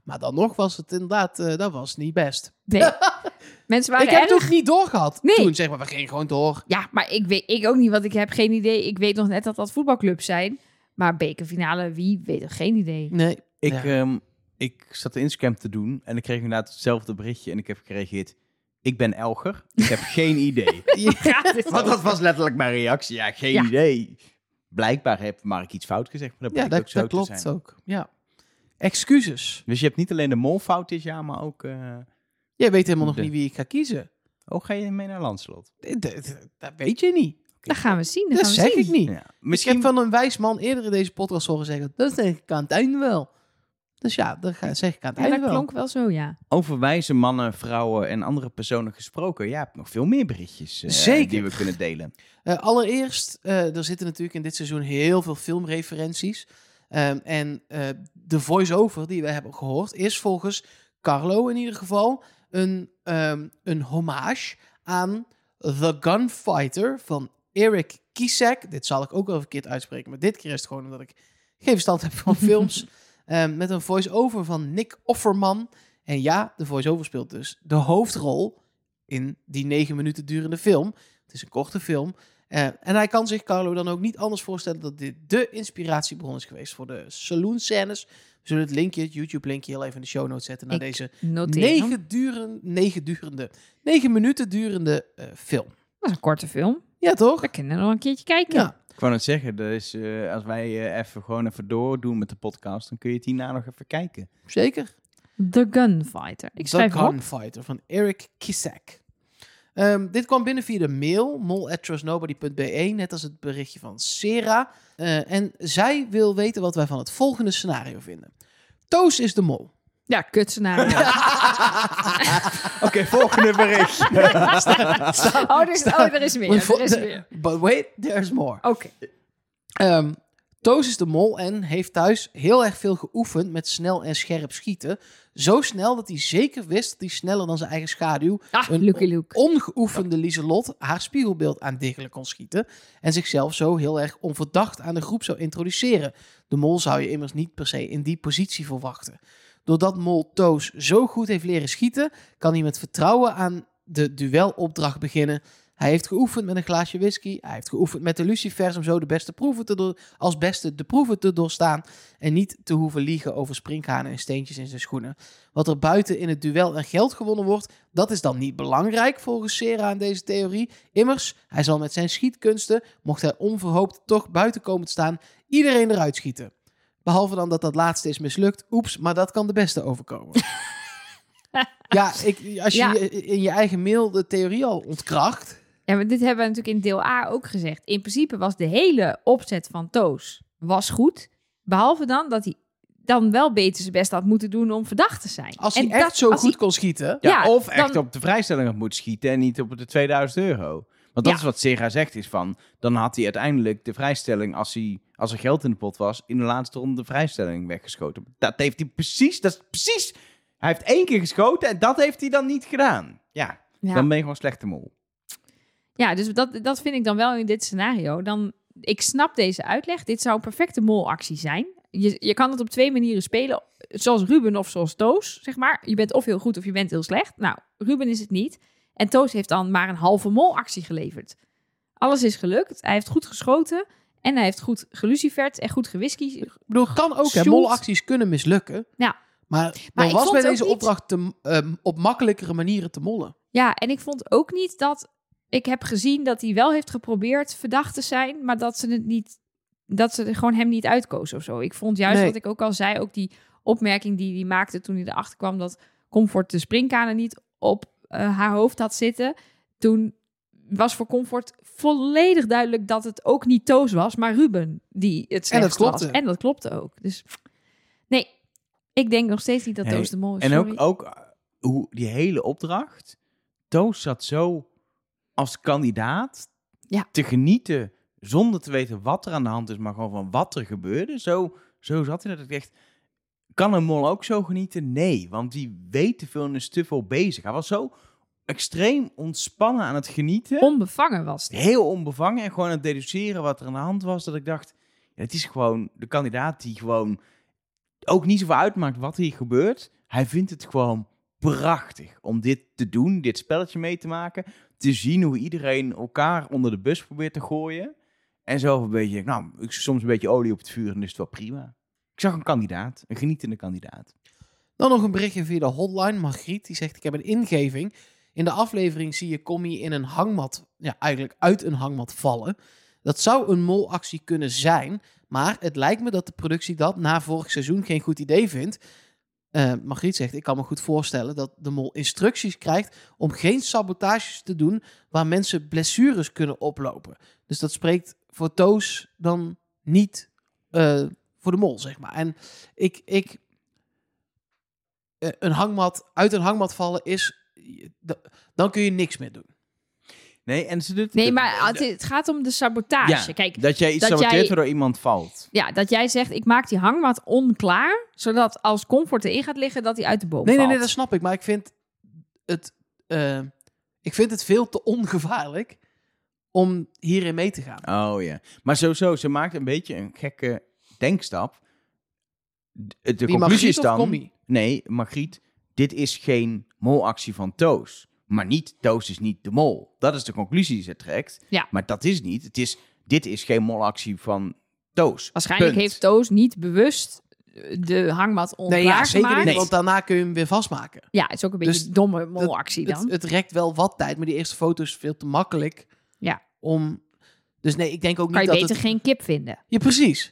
Maar dan nog was het inderdaad, dat was niet best. Nee. Mensen waren Ik heb het erg... ook niet doorgehad. Nee. Toen zeg maar, we gingen gewoon door. Ja, maar ik ook niet, want ik heb geen idee. Ik weet nog net dat dat voetbalclubs zijn. Maar bekerfinale, wie? Weet ik geen idee. Nee. Ik zat de Instagram te doen en ik kreeg inderdaad hetzelfde berichtje en ik heb gereageerd. Ik ben Elger. Ik heb geen idee. Want dat was letterlijk mijn reactie. Ja, geen idee. Blijkbaar heeft Mark iets fout gezegd, maar dat blijkt ook zo dat te klopt zijn. ook. Ja. Excuses. Dus je hebt niet alleen de mol fout dit jaar, maar ook... Jij weet helemaal nog niet wie ik ga kiezen. ga je mee naar Landslot? Dat weet je niet. Dat gaan we zien. Dat zeg ik niet. Ja. Ik heb van een wijs man eerder in deze podcast horen zeggen, dat zeg ik aan het einde wel. Dus ja, dat zeg ik aan het Ja, einde dat wel. klonk wel zo, ja. Over wijze mannen, vrouwen en andere personen gesproken. Ja, hebt nog veel meer berichtjes Zeker. die we kunnen delen. Allereerst, er zitten natuurlijk in dit seizoen heel veel filmreferenties. En de voice-over die we hebben gehoord is volgens Carlo in ieder geval een hommage aan The Gunfighter van Eric Kisek. Dit zal ik ook wel verkeerd uitspreken, maar dit keer is het gewoon omdat ik geen verstand heb van films. Met een voice-over van Nick Offerman. En ja, de voice-over speelt dus de hoofdrol in die 9 minuten durende film. Het is een korte film. En hij kan zich, Carlo, dan ook niet anders voorstellen dat dit de inspiratiebron is geweest voor de saloon-scènes. We zullen het linkje, het YouTube-linkje, heel even in de show notes zetten naar deze 9 minuten durende film. Dat is een korte film. Ja, toch? We kunnen nog een keertje kijken. Ja. Ik wou net zeggen, dus, als wij even doordoen met de podcast, dan kun je het hierna nog even kijken. Zeker. The Gunfighter. Ik schrijf The hem op. Gunfighter van Eric Kisek. Dit kwam binnen via de mail, mol@trustnobody.be, net als het berichtje van Sarah. En zij wil weten wat wij van het volgende scenario vinden. Toos is de mol. Ja, kutscenario. Oké, volgende bericht. Er is meer. But wait, there's more. Oké. Toos is de mol en heeft thuis heel erg veel geoefend met snel en scherp schieten. Zo snel dat hij zeker wist dat hij sneller dan zijn eigen schaduw een Lucky Luke. ongeoefende Lieselot haar spiegelbeeld aan diggelen kon schieten. En zichzelf zo heel erg onverdacht aan de groep zou introduceren. De mol zou je immers niet per se in die positie verwachten. Doordat mol Toos zo goed heeft leren schieten, kan hij met vertrouwen aan de duelopdracht beginnen. Hij heeft geoefend met een glaasje whisky. Hij heeft geoefend met de lucifers om zo de proeven te doorstaan. En niet te hoeven liegen over sprinkhanen en steentjes in zijn schoenen. Wat er buiten in het duel en geld gewonnen wordt, dat is dan niet belangrijk volgens Sarah aan deze theorie. Immers, hij zal met zijn schietkunsten, mocht hij onverhoopt toch buiten komen te staan, iedereen eruit schieten. Behalve dan dat laatste is mislukt. Oeps, maar dat kan de beste overkomen. Ja, als je in je eigen mail de theorie al ontkracht. Ja, maar dit hebben we natuurlijk in deel A ook gezegd. In principe was de hele opzet van Toos was goed. Behalve dan dat hij dan wel beter zijn best had moeten doen om verdacht te zijn. Als hij echt zo goed kon schieten. Ja, Ja, of echt dan- op de vrijstelling had moeten schieten en niet op de €2000. Want dat is wat Sarah zegt, is van, dan had hij uiteindelijk de vrijstelling, als er geld in de pot was, in de laatste ronde de vrijstelling weggeschoten. Dat heeft hij precies, hij heeft 1 keer geschoten en dat heeft hij dan niet gedaan. Ja, Ja. dan ben je gewoon slechte mol. Ja, dus dat vind ik dan wel in dit scenario. Ik snap deze uitleg. Dit zou een perfecte molactie zijn. Je kan het op 2 manieren spelen. Zoals Ruben of zoals Toos, zeg maar. Je bent of heel goed of je bent heel slecht. Nou, Ruben is het niet. En Toos heeft dan maar een halve molactie geleverd. Alles is gelukt. Hij heeft goed geschoten. En hij heeft goed geluciferd en goed gewhisky. Ik bedoel, kan ook. Hè, Sjoerd. molacties kunnen mislukken. Ja. Maar ik was vond bij ook deze niet- opdracht op makkelijkere manieren te mollen. Ja, en ik vond ook niet dat... Ik heb gezien dat hij wel heeft geprobeerd verdacht te zijn, maar dat ze het niet... Dat ze er gewoon hem niet uitkozen of zo. Ik vond juist, Nee. wat ik ook al zei, ook die opmerking die hij maakte toen hij erachter kwam dat Comfort de springkanen niet op haar hoofd had zitten. Toen was voor Comfort volledig duidelijk dat het ook niet Toos was, maar Ruben die het slechtst klopte. was. En dat klopte ook. Dus nee, ik denk nog steeds niet dat Toos de mol is. En sorry. ook hoe die hele opdracht, Toos zat zo als kandidaat te genieten, zonder te weten wat er aan de hand is, maar gewoon van wat er gebeurde. Zo zat hij dat ik dacht, kan een mol ook zo genieten? Nee, want die weet te veel en is te veel bezig. Hij was zo extreem ontspannen aan het genieten. Onbevangen was het. Heel onbevangen en gewoon aan het deduceren wat er aan de hand was, dat ik dacht, ja, het is gewoon de kandidaat die gewoon ook niet zoveel uitmaakt wat hier gebeurt. Hij vindt het gewoon prachtig om dit te doen, dit spelletje mee te maken. Te zien hoe iedereen elkaar onder de bus probeert te gooien. En zo een beetje, soms een beetje olie op het vuur en is het wel prima. Ik zag een kandidaat, een genietende kandidaat. Dan nog een berichtje via de hotline. Margriet, die zegt, ik heb een ingeving. In de aflevering zie je Commie in een hangmat, eigenlijk uit een hangmat vallen. Dat zou een molactie kunnen zijn, maar het lijkt me dat de productie dat na vorig seizoen geen goed idee vindt. Margriet zegt, ik kan me goed voorstellen dat de mol instructies krijgt om geen sabotages te doen waar mensen blessures kunnen oplopen. Dus dat spreekt voor Toos dan niet voor de mol, zeg maar. En uit een hangmat vallen is, dan kun je niks meer doen. Nee, en ze doet Nee, maar het gaat om de sabotage. Ja, Kijk, dat jij iets saboteert waardoor iemand valt. Ja, dat jij zegt, ik maak die hangmat onklaar, zodat als Comfort erin gaat liggen, dat hij uit de boom valt. Nee, dat snap ik. Maar ik vind het veel te ongevaarlijk om hierin mee te gaan. Oh ja. Maar sowieso, ze maakt een beetje een gekke denkstap. De conclusie is dan... Nee, Margriet, dit is geen molactie van Toos. Maar Toos is niet de mol. Dat is de conclusie die ze trekt. Ja. Maar dat is niet. Dit is geen molactie van Toos. Waarschijnlijk heeft Toos niet bewust de hangmat onklaar zeker gemaakt. niet, want daarna kun je hem weer vastmaken. Ja, het is ook een beetje een domme molactie dan. Het rekt wel wat tijd, maar die eerste foto is veel te makkelijk. Ja. Dus nee, ik denk ook kan niet je dat beter geen kip vinden. Ja, precies.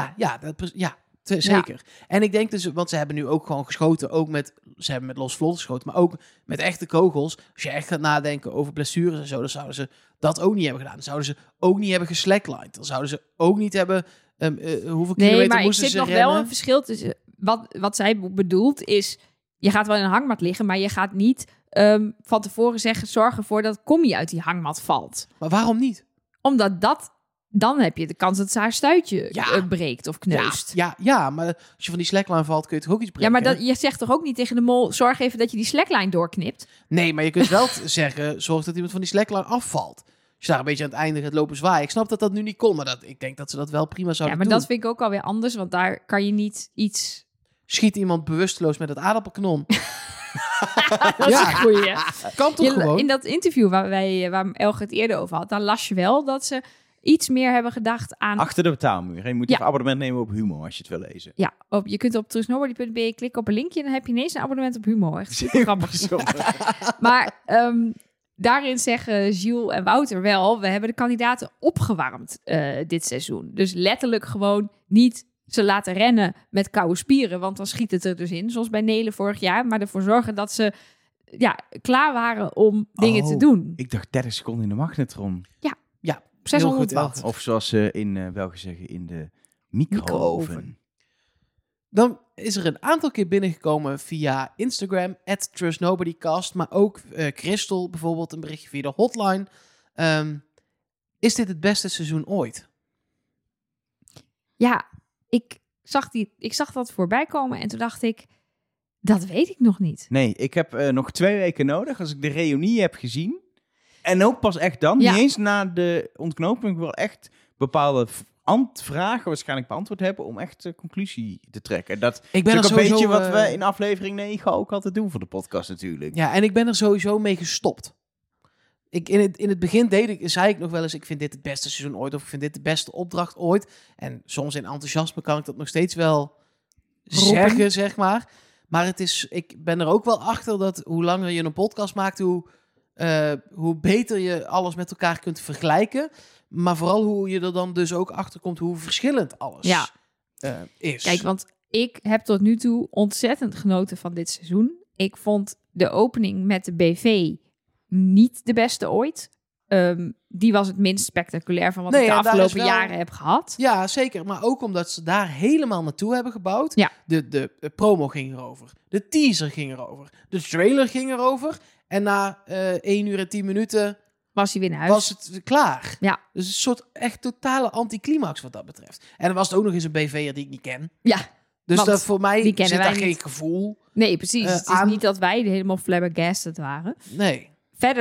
Zeker. Ja. En ik denk dus, want ze hebben nu ook gewoon geschoten, ze hebben met los vlot geschoten, maar ook met echte kogels. Als je echt gaat nadenken over blessures en zo, dan zouden ze dat ook niet hebben gedaan. Dan zouden ze ook niet hebben geslacklined. Dan zouden ze ook niet hebben, hoeveel kilometer moesten ze rennen? Nee, maar ik zit nog wel een verschil tussen, wat zij bedoelt is, je gaat wel in een hangmat liggen, maar je gaat niet van tevoren zorgen voor dat Commie uit die hangmat valt. Maar waarom niet? Omdat dan heb je de kans dat ze haar stuitje breekt of kneust. Ja, maar als je van die slackline valt, kun je toch ook iets breken? Ja, maar je zegt toch ook niet tegen de mol, zorg even dat je die slackline doorknipt? Nee, maar je kunt wel zeggen, zorg dat iemand van die slackline afvalt. Als je daar een beetje aan het einde gaat lopen zwaaien. Ik snap dat dat nu niet kon, maar ik denk dat ze dat wel prima zouden doen. Ja, maar dat vind ik ook alweer anders, want daar kan je niet iets... Schiet iemand bewusteloos met het aardappelkanon. Dat is een goeie. Kan toch gewoon? In dat interview waar Elge het eerder over had, dan las je wel dat ze iets meer hebben gedacht aan... Achter de betaalmuur. Je moet even abonnement nemen op Humo als je het wil lezen. Ja, je kunt op trustnobody.be klikken op een linkje en dan heb je ineens een abonnement op Humo. Echt super grappig. Maar daarin zeggen Gilles en Wouter wel, we hebben de kandidaten opgewarmd dit seizoen. Dus letterlijk gewoon niet ze laten rennen met koude spieren, want dan schiet het er dus in, zoals bij Nele vorig jaar. Maar ervoor zorgen dat ze klaar waren om dingen te doen. Ik dacht 30 seconden in de magnetron. Ja. 600 watt. Of zoals ze in België zeggen, in de micro-oven. Dan is er een aantal keer binnengekomen via Instagram, @TrustNobodyCast, maar ook Christel bijvoorbeeld, een berichtje via de hotline. Is dit het beste seizoen ooit? Ja, ik zag dat voorbij komen en toen dacht ik, dat weet ik nog niet. Nee, ik heb nog 2 weken nodig als ik de reunie heb gezien. En ook pas echt dan, niet eens na de ontknoping, ik wil echt bepaalde vragen waarschijnlijk beantwoord hebben om echt de conclusie te trekken. Dat ik ben is ook er een sowieso, beetje wat we in aflevering 9 ook altijd doen voor de podcast natuurlijk. Ja, en ik ben er sowieso mee gestopt. In het begin zei ik nog wel eens, ik vind dit het beste seizoen ooit, of ik vind dit de beste opdracht ooit. En soms in enthousiasme kan ik dat nog steeds wel zeggen, zeg maar. Maar ik ben er ook wel achter dat hoe langer je een podcast maakt, hoe beter je alles met elkaar kunt vergelijken. Maar vooral hoe je er dan dus ook achter komt hoe verschillend alles is. Kijk, want ik heb tot nu toe ontzettend genoten van dit seizoen. Ik vond de opening met de BV niet de beste ooit. Die was het minst spectaculair van wat ik de afgelopen jaren heb gehad. Ja, zeker. Maar ook omdat ze daar helemaal naartoe hebben gebouwd. Ja. De promo ging erover. De teaser ging erover. De trailer ging erover. En na 1 uur en 10 minuten... was hij weer naar huis. Was het klaar. Ja. Dus een soort echt totale anticlimax wat dat betreft. En dan was het ook nog eens een BV'er die ik niet ken. Ja. Dus dat voor mij zit daar niet. geen gevoel. Nee, precies. Het is niet dat wij helemaal flabbergasted waren. Nee. Verder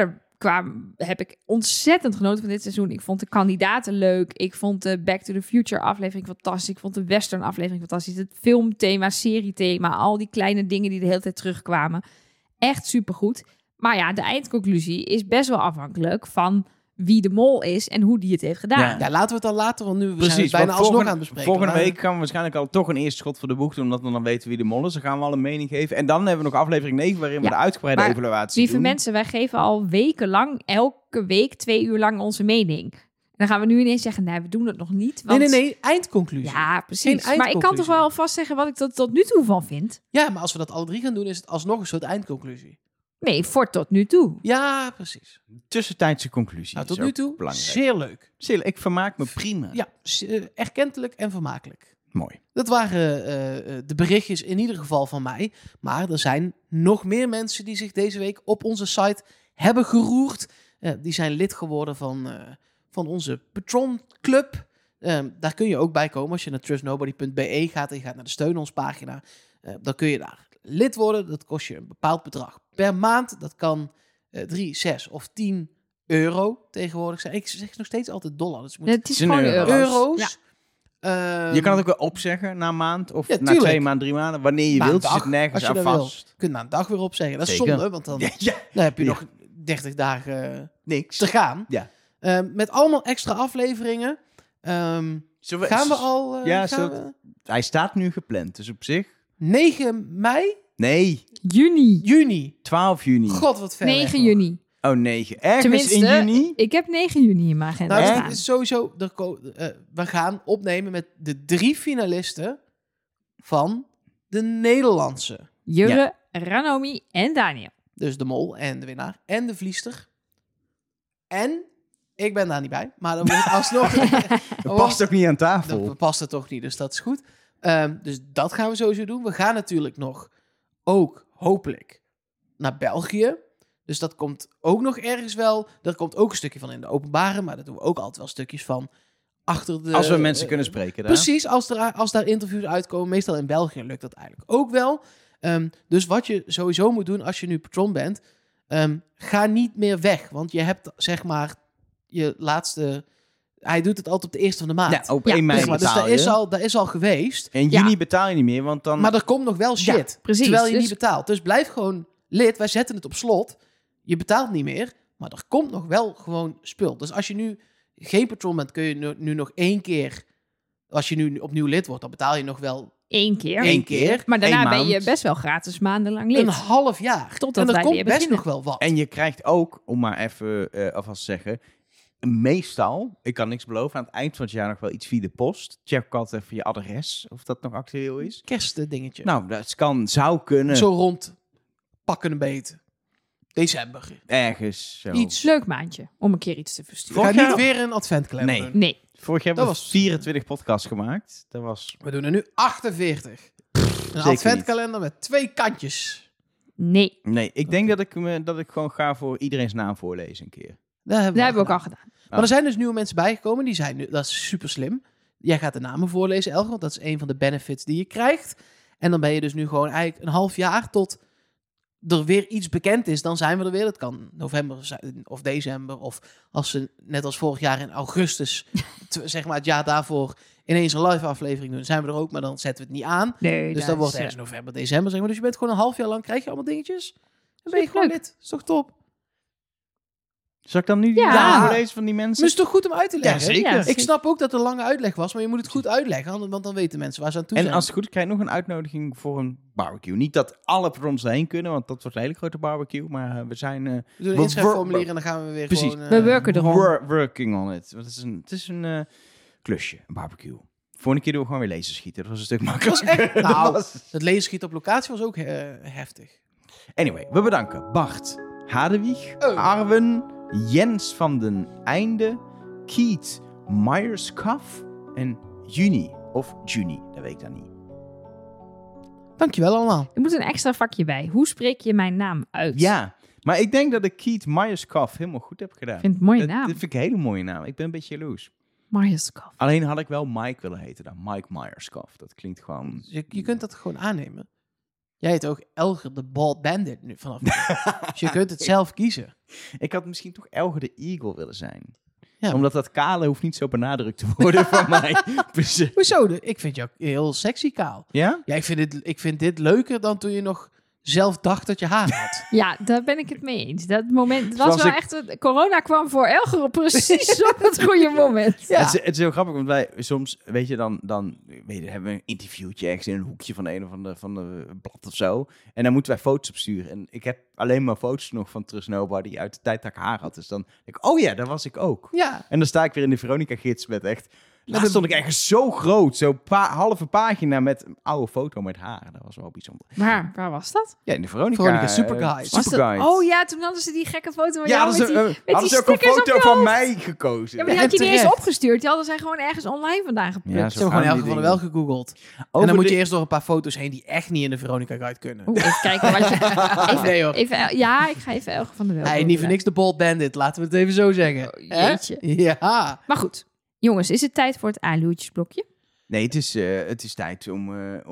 heb ik ontzettend genoten van dit seizoen. Ik vond de kandidaten leuk. Ik vond de Back to the Future aflevering fantastisch. Ik vond de Western aflevering fantastisch. Het filmthema, seriethema, al die kleine dingen die de hele tijd terugkwamen. Echt supergoed. Maar ja, de eindconclusie is best wel afhankelijk van wie de mol is en hoe die het heeft gedaan. Ja. Ja, laten we het dan later, want nu we zijn Precies, het bijna want alsnog aan het bespreken. Volgende Maar- week gaan we waarschijnlijk al toch een eerste schot voor de boeg doen, omdat we dan weten wie de mol is. Dan gaan we al een mening geven. En dan hebben we nog aflevering 9, waarin we Ja, de uitgebreide maar evaluatie Lieve doen. mensen, wij geven al wekenlang, elke week 2 uur lang onze mening. En dan gaan we nu ineens zeggen, nee, we doen het nog niet. Want... Nee, eindconclusie. Ja, Geen precies. Maar ik kan eindconclusie. toch wel vast zeggen wat ik tot nu toe van vind? Ja, maar als we dat alle 3 gaan doen, is het alsnog een soort eindconclusie. Nee, voor tot nu toe. Ja, precies. Tussentijdse conclusie. Nou, is tot nu ook toe belangrijk. zeer leuk. Ik vermaak me prima. Ja, erkentelijk en vermakelijk. Mooi. Dat waren de berichtjes in ieder geval van mij. Maar er zijn nog meer mensen die zich deze week op onze site hebben geroerd. Die zijn lid geworden van onze Patron Club. Daar kun je ook bij komen als je naar trustnobody.be gaat en je gaat naar de Steun ons pagina. Dan kun je daar lid worden. Dat kost je een bepaald bedrag per maand. Dat kan 3, 6 of 10 euro tegenwoordig zijn. Ik zeg nog steeds altijd dollar. Dus het moet Het is een gewoon euro. euro's. euro's. Je kan het ook wel opzeggen na een maand of Ja, na tuurlijk. 2 maanden, 3 maanden. Wanneer je Na een wilt, je dag, zit nergens als je aan dat wil. vast. Je kunt na een dag weer opzeggen. Dat is Zeker. zonde, want dan, Ja, dan heb je Ja. nog 30 dagen niks. te gaan. Ja. Met allemaal extra afleveringen. Gaan we al... Ja, gaan we? Hij staat nu gepland, dus op zich... 9 mei? Nee, Juni. 12 juni. God, wat ver 9 weg. juni. Oh, 9. Ergens Tenminste, in juni? ik heb 9 juni in mijn agenda Nou, staan. dit is sowieso... we gaan opnemen met de 3 finalisten van de Nederlandse. Jurre, Ranomi en Daniel. Dus de mol en de winnaar en de vliester. En ik ben daar niet bij, maar dan wordt alsnog... Dat past ook niet aan tafel. Dat past er toch niet, dus dat is goed. Dus dat gaan we sowieso doen. We gaan natuurlijk nog ook, hopelijk, naar België. Dus dat komt ook nog ergens wel. Er komt ook een stukje van in de openbare, maar daar doen we ook altijd wel stukjes van achter de... Als we mensen kunnen spreken daar. Precies, als daar interviews uitkomen. Meestal in België lukt dat eigenlijk ook wel. Dus wat je sowieso moet doen als je nu patron bent, ga niet meer weg. Want je hebt, zeg maar, je laatste... Hij doet het altijd op de eerste van de maand. Ja, op Ja, 1 mei Zeg maar, dus betaal dat is al geweest. In juni betaal je niet meer, want dan... Maar er komt nog wel shit. Ja, precies. Terwijl je Dus- niet betaalt. Dus blijf gewoon lid. Wij zetten het op slot. Je betaalt niet meer. Maar er komt nog wel gewoon spul. Dus als je nu geen patron bent, kun je nu nog 1 keer... Als je nu opnieuw lid wordt, dan betaal je nog wel 1 keer. 1 keer. Maar daarna 1 ben je maand. best wel gratis maandenlang lid. Een half jaar. Totdat en er wij komt weer best beginnen. nog wel wat. En je krijgt ook, om maar even alvast te zeggen... Meestal, ik kan niks beloven, aan het eind van het jaar nog wel iets via de post. Check altijd even je adres, of dat nog actueel is. Kerstdingetje. Nou, dat zou kunnen. Zo rond pakken een beet. December. Ergens zo. Iets. Leuk maandje om een keer iets te We versturen. gaan Vorig niet jaar- weer een adventkalender Nee. doen. Nee. Vorig jaar hebben Dat we was- 24 podcasts gemaakt. Dat was... We doen er nu 48. Een niet. adventkalender met 2 kantjes. Nee. Nee, ik denk dat ik gewoon ga voor iedereen's naam voorlezen een keer. Dat hebben Dat hebben we ook al gedaan. Maar er zijn dus nieuwe mensen bijgekomen. Die zijn nu, dat is super slim. Jij gaat de namen voorlezen, Elger, want dat is een van de benefits die je krijgt. En dan ben je dus nu gewoon eigenlijk een half jaar tot er weer iets bekend is. Dan zijn we er weer. Dat kan november zijn, of december. Of als ze net als vorig jaar in augustus, zeg maar het jaar daarvoor, ineens een live aflevering doen. Dan zijn we er ook, maar dan zetten we het niet aan. Nee, Dus dat dan wordt is, ergens november, december. Zeg maar. Dus je bent gewoon een half jaar lang, krijg je allemaal dingetjes. Dan ben je gewoon Superleuk. lid. Dat is toch top? Zal ik dan nu Ja. de naam voorlezen van die Maar mensen? het is toch goed om uit te leggen? zeker. Ja, Ik snap ook dat het een lange uitleg was, maar je moet het goed uitleggen, want dan weten mensen waar ze aan toe En zijn. als het goed is, krijg je nog een uitnodiging voor een barbecue. Niet dat alle patrons daarheen kunnen, want dat wordt een hele grote barbecue. Maar we zijn We doen een we- inschrijfformulier en dan gaan we weer Precies. gewoon... We werken erom. working on it. Want het is een klusje, een barbecue. Vorige keer doen we gewoon weer lasers schieten. Dat was een stuk makkelijker. Dat was echt... Nou, was- het laserschiet op locatie was ook heftig. Anyway, we bedanken Bart, Hadewig, Oh. Arwen, Jens van den Einde, Keith Myerskaf en Juni. Of Juni, dat weet ik dan niet. Dankjewel allemaal. Er moet een extra vakje bij. Hoe spreek je mijn naam uit? Ja, maar ik denk dat ik Keith Myerskaf helemaal goed heb gedaan. Ik vind het een mooie Dat naam. vind ik een hele mooie naam. Ik ben een beetje jaloers. Marjaskov. Alleen had ik wel Mike willen heten dan. Mike Myerskaf. Dat klinkt gewoon... Je kunt dat gewoon aannemen. Jij heet ook Elger de Bald Bandit nu vanaf nu. Dus je kunt het zelf kiezen. Ik had misschien toch Elger de Eagle willen zijn. Ja. Omdat dat kale hoeft niet zo benadrukt te worden van mij. Dus, Hoezo? Ik vind je ook heel sexy kaal. ja? Ja, ik vind dit leuker dan toen je nog zelf dacht dat je haar had. Ja, daar ben ik het mee eens. Dat moment, het was Zoals wel ik- echt... Corona kwam voor Elger precies op het goede moment. Ja. Het is heel grappig, want wij soms, weet je, dan hebben we een interviewtje ergens in een hoekje van van de blad of zo. En dan moeten wij foto's opsturen. En ik heb alleen maar foto's nog van Trust Nobody uit de tijd dat ik haar had. Dus dan denk ik, oh ja, daar was ik ook. Ja. En dan sta ik weer in de Veronica-gids met echt... Laatst een- stond ik ergens zo groot, zo halve pagina met een oude foto met haar. Dat was wel bijzonder. Maar waar was dat? Ja, in de Veronica. Veronica Superguide. Was dat- Superguide. Oh ja, toen hadden ze die gekke foto van Ja, jou hadden met die, hadden die ze ook een stickers op foto je van hoofd. mij gekozen. Ja, maar die Ja, had je niet eens terecht. opgestuurd. Die hadden zij gewoon ergens online vandaan geplukt. Ja, Ze hebben gewoon gaan Elger die van der Wel dingen. gegoogeld. En Over dan moet de- je eerst door een paar foto's heen die echt niet in de Veronica Guide kunnen. Oeh, even kijken wat je... Even, Nee hoor. ja, ik ga even Elger van der Wel. Hij niet voor niks de Bald Bandit, laten we het even zo zeggen. Oh, Hè? jeetje. Ja. Maar goed, jongens, is het tijd voor het aanloertjesblokje? Nee, het is tijd om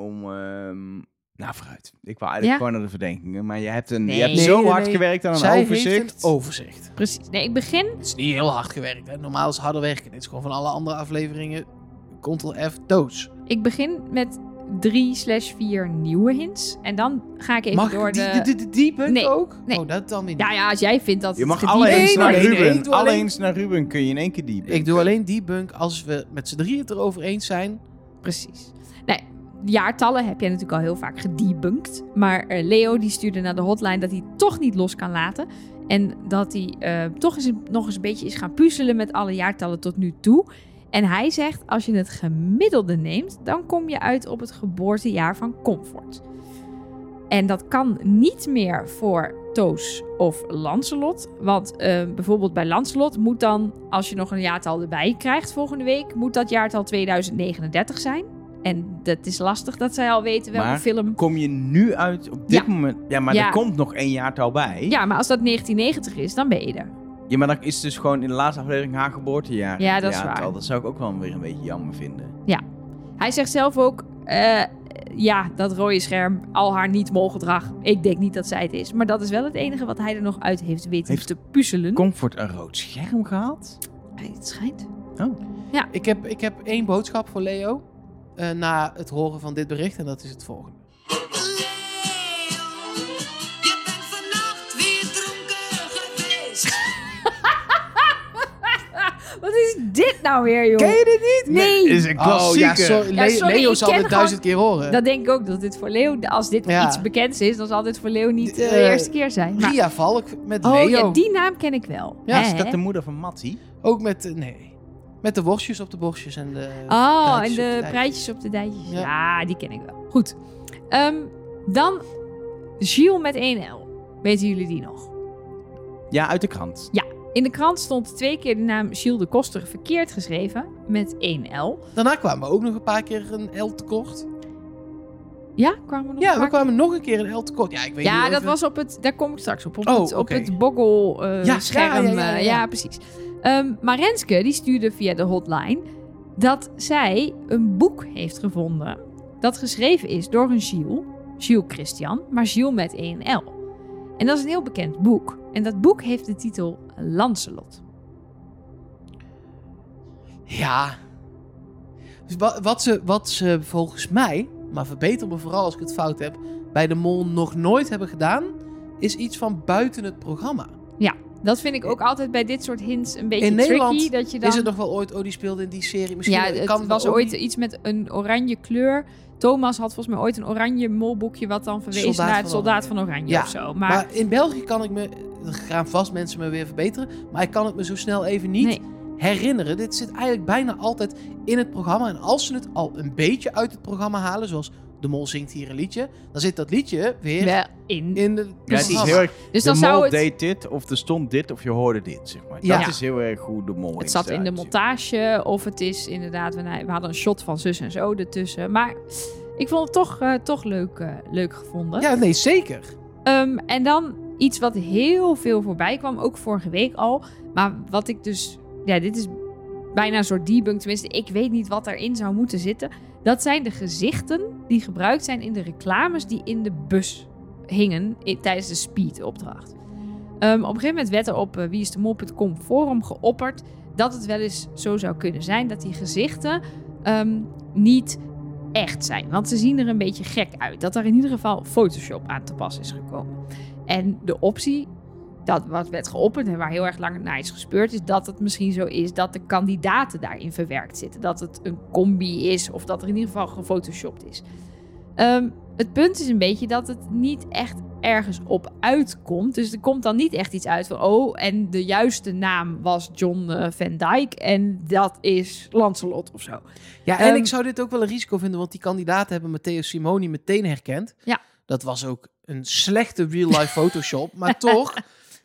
nou, vooruit. Ik wou eigenlijk Ja? gewoon naar de verdenkingen. Maar je hebt, je Nee. hebt Nee, zo nee, hard nee. gewerkt aan een Zij overzicht. heeft een overzicht. Precies. Nee, ik begin... Het is niet heel hard gewerkt. Hè? Normaal is het harder werken. Dit is gewoon van alle andere afleveringen. Ctrl-F, doos. Ik begin met 3/4 nieuwe hints. En dan ga ik even Mag door ik die punt Nee, ook? nee. Oh, dat dan weer niet. Ja, ja, als jij vindt dat Je het mag gediend alle is, eens nee, naar nee, nee, Ruben. ik doe Alle alleen- eens naar Ruben kun je in één keer die. Ik doe alleen debunk als we met z'n drieën het erover eens zijn. Precies. Nee, jaartallen heb jij natuurlijk al heel vaak gedebunked. Maar Leo die stuurde naar de hotline dat hij toch niet los kan laten. En dat hij toch eens nog eens een beetje is gaan puzzelen met alle jaartallen tot nu toe. En hij zegt, als je het gemiddelde neemt, dan kom je uit op het geboortejaar van Comfort. En dat kan niet meer voor Toos of Lancelot. Want bijvoorbeeld bij Lancelot moet dan, als je nog een jaartal erbij krijgt volgende week, moet dat jaartal 2039 zijn. En dat is lastig dat zij al weten welke Maar film... Kom je nu uit op dit Ja. moment? Ja, maar Ja. er komt nog 1 jaartal bij. Ja, maar als dat 1990 is, dan ben je er. Ja, maar dan is dus gewoon in de laatste aflevering haar geboortejaar. Ja, dat is jaartal. waar. Dat zou ik ook wel weer een beetje jammer vinden. Hij zegt zelf ook, ja, dat rode scherm, al haar niet-molgedrag. Ik denk niet dat zij het is. Maar dat is wel het enige wat hij er nog uit heeft weten Heeft te puzzelen. Comfort een rood scherm gehad? Het schijnt. Oh. Ik heb één boodschap voor Leo. Na het horen van dit bericht. En dat is het volgende. Je bent vannacht weer dronken geweest. Wat is dit nou weer, joh? Ken je dit niet? Nee. Is een Oh ja, klassieker. sorry. Ja, sorry, Leo ik zal ken dit 1000 keer horen. Dat denk ik ook, dat dit voor Leo, als dit Ja. iets bekends is, dan zal dit voor Leo niet de Eh, eerste keer zijn. Maar, Ria Valk met oh Leo. ja, die naam ken ik wel. Ja, Hè, Is dat hè? de moeder van Mattie? Ook met, nee. Met de worstjes op de borstjes en de... Oh, en dijtjes op de dijtjes. prijtjes op de dijtjes. Ja. Ja, die ken ik wel. Goed. Dan Gilles met 1L. Weten jullie die nog? Ja, uit de krant. In de krant stond 2 keer de naam Gilles de Koster verkeerd geschreven met 1L. Daarna kwamen we ook nog een paar keer een L tekort. Ja, kwamen we nog Ja, een we paar kwamen nog een keer een L tekort. Ja, ik weet Ja, niet dat even- was op het... Daar kom ik straks op. Op Oh, het, op oké. het boggel Ja, scherm. ja. Precies. Maar Renske, die stuurde via de hotline dat zij een boek heeft gevonden dat geschreven is door een Gilles Christian, maar Gilles met 1L. En dat is een heel bekend boek. En dat boek heeft de titel Lancelot. Ja. Dus wat ze volgens mij, maar verbeter me vooral als ik het fout heb, bij de Mol nog nooit hebben gedaan, is iets van buiten het programma. Dat vind ik ook altijd bij dit soort hints een beetje In tricky. Nederland Dat je dan... Is het nog wel ooit, die speelde in die serie? Misschien Ja, het kan was wel ooit ook iets met een oranje kleur. Thomas had volgens mij ooit een oranje molboekje wat dan verwees Soldaat naar het van soldaat Oranje. van Oranje Ja, of zo. Maar in België kan ik me, er gaan vast mensen me weer verbeteren, maar ik kan het me zo snel even niet nee. herinneren. Dit zit eigenlijk bijna altijd in het programma. En als ze het al een beetje uit het programma halen, zoals De Mol zingt hier een liedje, dan zit dat liedje weer Wel in. in de Ja, het Precies. is heel erg, Dus de dan mol zou het... deed dit, of er stond dit, of je hoorde dit, zeg maar. Ja. Dat is heel erg hoe de mol Het zat in de montage, of het is inderdaad... We hadden een shot van zus en zo ertussen. Maar ik vond het toch leuk gevonden. Ja, nee, zeker. En dan iets wat heel veel voorbij kwam, ook vorige week al. Maar wat ik dus... Ja, dit is bijna een soort debunk, tenminste, ik weet niet wat erin zou moeten zitten. Dat zijn de gezichten die gebruikt zijn in de reclames die in de bus hingen tijdens de speed-opdracht. Op een gegeven moment werd er op wieisdemol.com forum geopperd dat het wel eens zo zou kunnen zijn dat die gezichten niet echt zijn. Want ze zien er een beetje gek uit. Dat er in ieder geval Photoshop aan te pas is gekomen. En de optie, dat wat werd geopperd en waar heel erg lang naar is gespeurd, is dat het misschien zo is dat de kandidaten daarin verwerkt zitten. Dat het een combi is of dat er in ieder geval gefotoshopt is. Het punt is een beetje dat het niet echt ergens op uitkomt. Dus er komt dan niet echt iets uit van en de juiste naam was John Van Dyke en dat is Lancelot of zo. Ja, en ik zou dit ook wel een risico vinden, want die kandidaten hebben Matteo Simoni meteen herkend. Ja. Dat was ook een slechte real-life Photoshop, maar toch,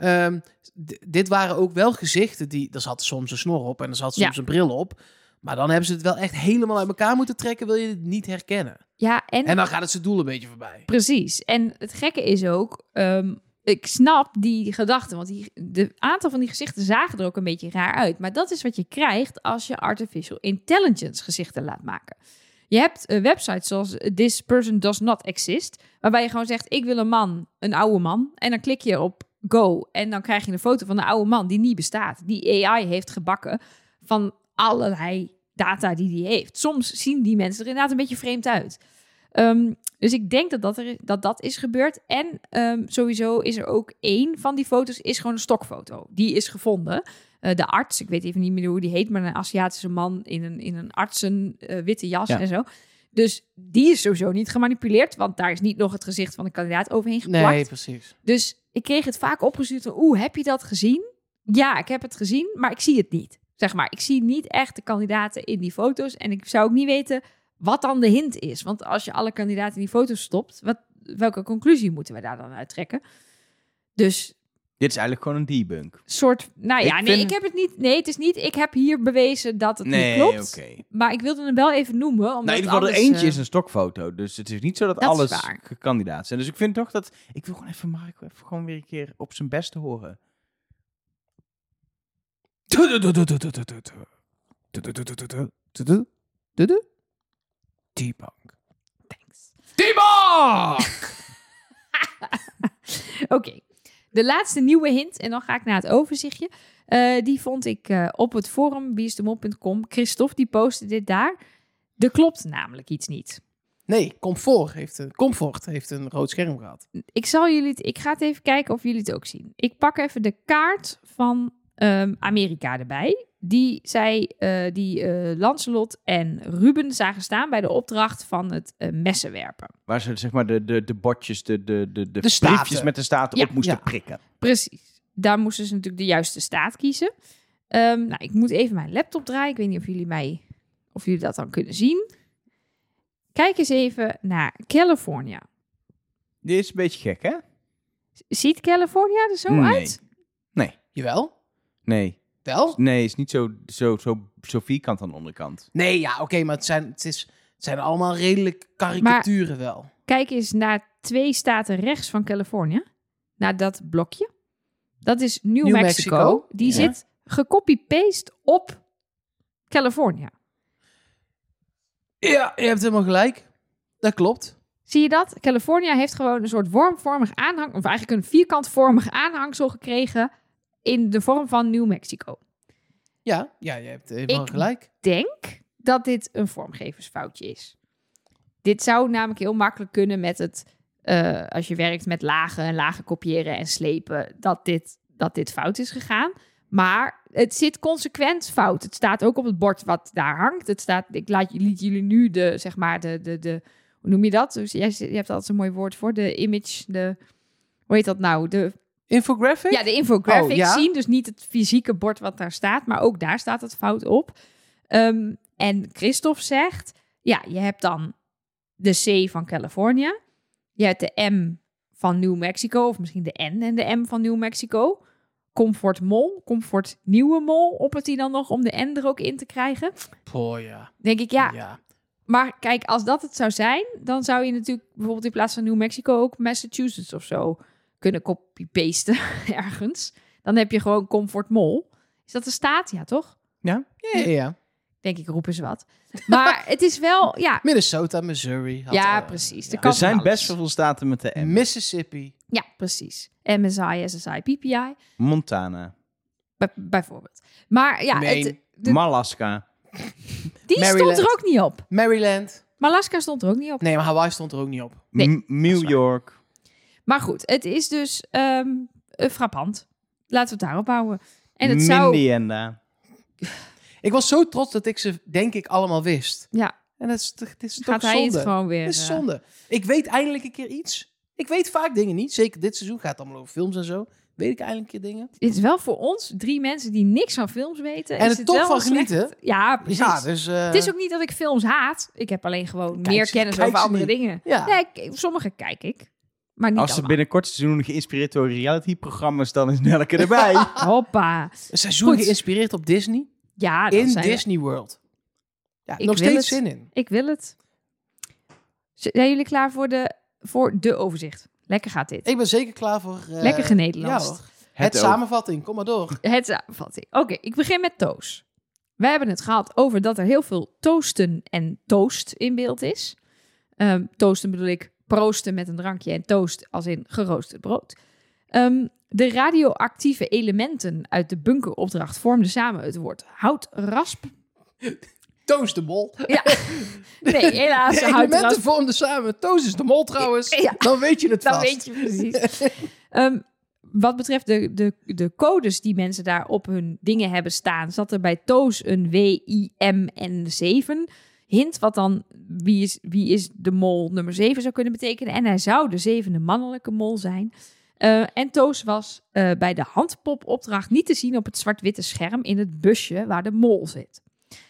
dit waren ook wel gezichten die, er zat soms een snor op en er zat soms een bril op. Maar dan hebben ze het wel echt helemaal uit elkaar moeten trekken, wil je het niet herkennen. Ja, en dan gaat het zijn doel een beetje voorbij. Precies. En het gekke is ook, ik snap die gedachte, want de aantal van die gezichten zagen er ook een beetje raar uit. Maar dat is wat je krijgt als je artificial intelligence gezichten laat maken. Je hebt websites zoals This Person Does Not Exist, waarbij je gewoon zegt, ik wil een man, een oude man. En dan klik je op go en dan krijg je een foto van een oude man die niet bestaat. Die AI heeft gebakken van allerlei data die hij heeft. Soms zien die mensen er inderdaad een beetje vreemd uit. Dus ik denk dat is gebeurd. En sowieso is er ook één van die foto's is gewoon een stokfoto. Die is gevonden. De arts, ik weet even niet meer hoe die heet, maar een Aziatische man in een artsen witte jas en zo. Dus die is sowieso niet gemanipuleerd, want daar is niet nog het gezicht van de kandidaat overheen geplakt. Nee, precies. Dus ik kreeg het vaak opgestuurd van, heb je dat gezien? Ja, ik heb het gezien, maar ik zie het niet. Zeg maar, ik zie niet echt de kandidaten in die foto's en ik zou ook niet weten wat dan de hint is. Want als je alle kandidaten in die foto's stopt, welke conclusie moeten we daar dan uit trekken? Dus dit is eigenlijk gewoon een debunk. Soort, ik heb het niet. Nee, het is niet. Ik heb hier bewezen dat het niet klopt. Okay. Maar ik wilde hem wel even noemen. Omdat in ieder geval, eentje is een stokfoto. Dus het is niet zo dat alles kandidaat zijn. Dus ik vind toch dat... Ik wil gewoon even Marco gewoon weer een keer op zijn best horen. Debunk. Thanks. Debunk! Oké. De laatste nieuwe hint, en dan ga ik naar het overzichtje. Die vond ik op het forum wieisdemol.com. Christophe, die postte dit daar. Er klopt namelijk iets niet. Nee, Comfort heeft een rood scherm gehad. Ik ga het even kijken of jullie het ook zien. Ik pak even de kaart van Amerika erbij. Die Lancelot en Ruben zagen staan bij de opdracht van het messenwerpen. Waar ze zeg maar de bordjes, de briefjes met de staten op moesten prikken. Precies. Daar moesten ze natuurlijk de juiste staat kiezen. Ik moet even mijn laptop draaien. Ik weet niet of jullie dat dan kunnen zien. Kijk eens even naar California. Dit is een beetje gek, hè? Ziet California er zo uit? Nee. Jawel? Nee. Wel? Nee, het is niet zo vierkant aan de onderkant. Nee, ja, oké, maar het zijn allemaal redelijk karikaturen wel. Kijk eens naar 2 staten rechts van California. Naar dat blokje. Dat is New Mexico. Die zit gecopy-paste op California. Ja, je hebt helemaal gelijk. Dat klopt. Zie je dat? California heeft gewoon een soort wormvormig aanhang, of eigenlijk een vierkantvormig aanhangsel gekregen in de vorm van New Mexico. Ja, je hebt helemaal gelijk. Ik denk dat dit een vormgeversfoutje is. Dit zou namelijk heel makkelijk kunnen met het, als je werkt met lagen kopiëren en slepen, dat dit fout is gegaan. Maar het zit consequent fout. Het staat ook op het bord wat daar hangt. Het staat, liet jullie nu de hoe noem je dat? Dus je hebt altijd zo'n mooi woord voor. De image, hoe heet dat nou? De infographic? Ja, de infographic zien. Dus niet het fysieke bord wat daar staat, maar ook daar staat het fout op. En Christophe zegt, je hebt dan de C van California. Je hebt de M van New Mexico, of misschien de N en de M van New Mexico. Comfort Mol, Comfort Nieuwe Mol, oppert hij dan nog om de N er ook in te krijgen? Oh ja. Denk ik, ja. Maar kijk, als dat het zou zijn, dan zou je natuurlijk bijvoorbeeld in plaats van New Mexico ook Massachusetts of zo kunnen copy-pasten ergens. Dan heb je gewoon Comfort Mol. Is dat de staat? Ja, toch? Ja. Denk ik, roepen ze wat. Maar het is wel, ja... Minnesota, Missouri. Ja, precies. Ja. Er kan Er zijn van alles. best veel staten met de M. Mississippi. Ja, precies. MSI, SSI, PPI, Montana. bijvoorbeeld. Maar ja, Maine. Malaska. die Maryland. stond er ook niet op. Maryland. Alaska stond er ook niet op. Nee, maar Hawaii stond er ook niet op. Nee. New York. Maar goed, het is dus frappant. Laten we het daarop houden. En het zou... Mindienda. Ik was zo trots dat ik ze, denk ik, allemaal wist. Ja, En dat is, het is toch gaat hij zonde. het gewoon weer... Het is zonde. Ik weet eindelijk een keer iets. Ik weet vaak dingen niet. Zeker dit seizoen gaat het allemaal over films en zo. Weet ik eindelijk een keer dingen. Het is wel voor ons 3 mensen die niks van films weten. En is er het toch wel van slecht. genieten. Ja, precies. Ja, dus... Het is ook niet dat ik films haat. Ik heb alleen gewoon Kijk meer ze- kennis kijk over ze andere niet. dingen. Ja. Nee, sommige kijk ik. Maar niet Als ze allemaal. binnenkort seizoen geïnspireerd door reality-programma's, dan is Nelke erbij. Hoppa. Een seizoen Goed. geïnspireerd op Disney. Ja, dat In zijn we- Disney World. Ja, Ik nog wil steeds het. zin in. Ik wil het. Zijn jullie klaar voor de overzicht? Lekker gaat dit. Ik ben zeker klaar voor... Lekker genederlandst. Ja, hoor. Het ook. samenvatting, kom maar door. Het samenvatting. Oké, ik begin met toast. We hebben het gehad over dat er heel veel toasten en toast in beeld is. Toasten bedoel ik proosten met een drankje en toast als in geroosterd brood. De radioactieve elementen uit de bunkeropdracht vormden samen het woord houtrasp. Toast de mol. Ja, nee, helaas. De elementen Houtrasp. vormden samen. Toast is de mol trouwens. Ja. Dan weet je het Dan vast. weet je precies. Wat betreft de codes die mensen daar op hun dingen hebben staan, zat er bij Toos een WIMN7 hint, wat dan wie is de mol nummer 7 zou kunnen betekenen. En hij zou de 7e mannelijke mol zijn. En Toos was bij de handpopopdracht niet te zien op het zwart-witte scherm in het busje waar de mol zit.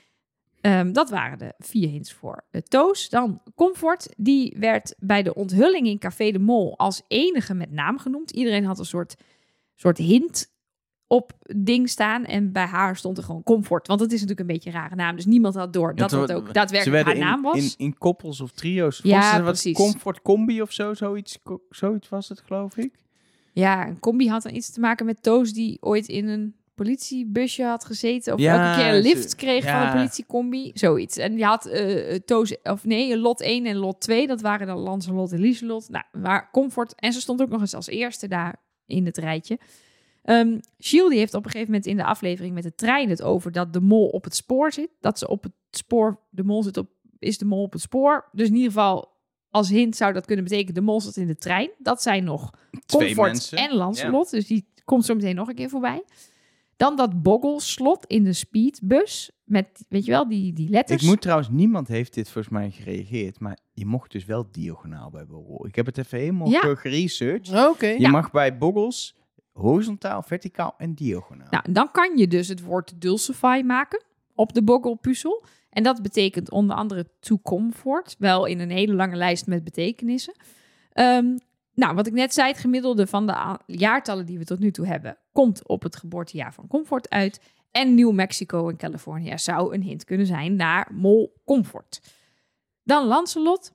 Dat waren de 4 hints voor Toos. Dan Comfort, die werd bij de onthulling in Café de Mol als enige met naam genoemd. Iedereen had een soort hint op ding staan en bij haar stond er gewoon Comfort. Want het is natuurlijk een beetje een rare naam, dus niemand had door dat dat ook Ze daadwerkelijk haar werden naam was. in koppels of trio's. Ja, Volgens mij wat precies. Comfort Combi of zo, zoiets was het, geloof ik. Ja, een combi had dan iets te maken met Toos die ooit in een politiebusje had gezeten. Of Ja, elke keer een lift ze- kreeg van ja. een politiecombi. Zoiets. En je had lot 1 en lot 2. Dat waren dan Lancelot en Lieselot. Nou, waar Comfort. En ze stond ook nog eens als eerste daar in het rijtje. Gilles die heeft op een gegeven moment in de aflevering met de trein het over dat de mol op het spoor zit. Dat ze op het spoor, de mol is de mol op het spoor. Dus in ieder geval als hint zou dat kunnen betekenen de mol zit in de trein. Dat zijn nog Twee Comfort mensen. en Lancelot. Dus die komt zo meteen nog een keer voorbij. Dan dat boggelslot in de speedbus. Met, weet je wel, die letters. Ik moet trouwens, niemand heeft dit volgens mij gereageerd, maar je mocht dus wel diagonaal bij Boggel. Ik heb het even helemaal Ja. geresearched. Oké. Je mag bij Boggels horizontaal, verticaal en diagonaal. Nou, dan kan je dus het woord dulcify maken op de boggelpuzzel. En dat betekent onder andere to comfort. Wel in een hele lange lijst met betekenissen. Nou, wat ik net zei, het gemiddelde van de jaartallen die we tot nu toe hebben, komt op het geboortejaar van Comfort uit. En New Mexico en California zou een hint kunnen zijn naar Mol Comfort. Dan Lancelot.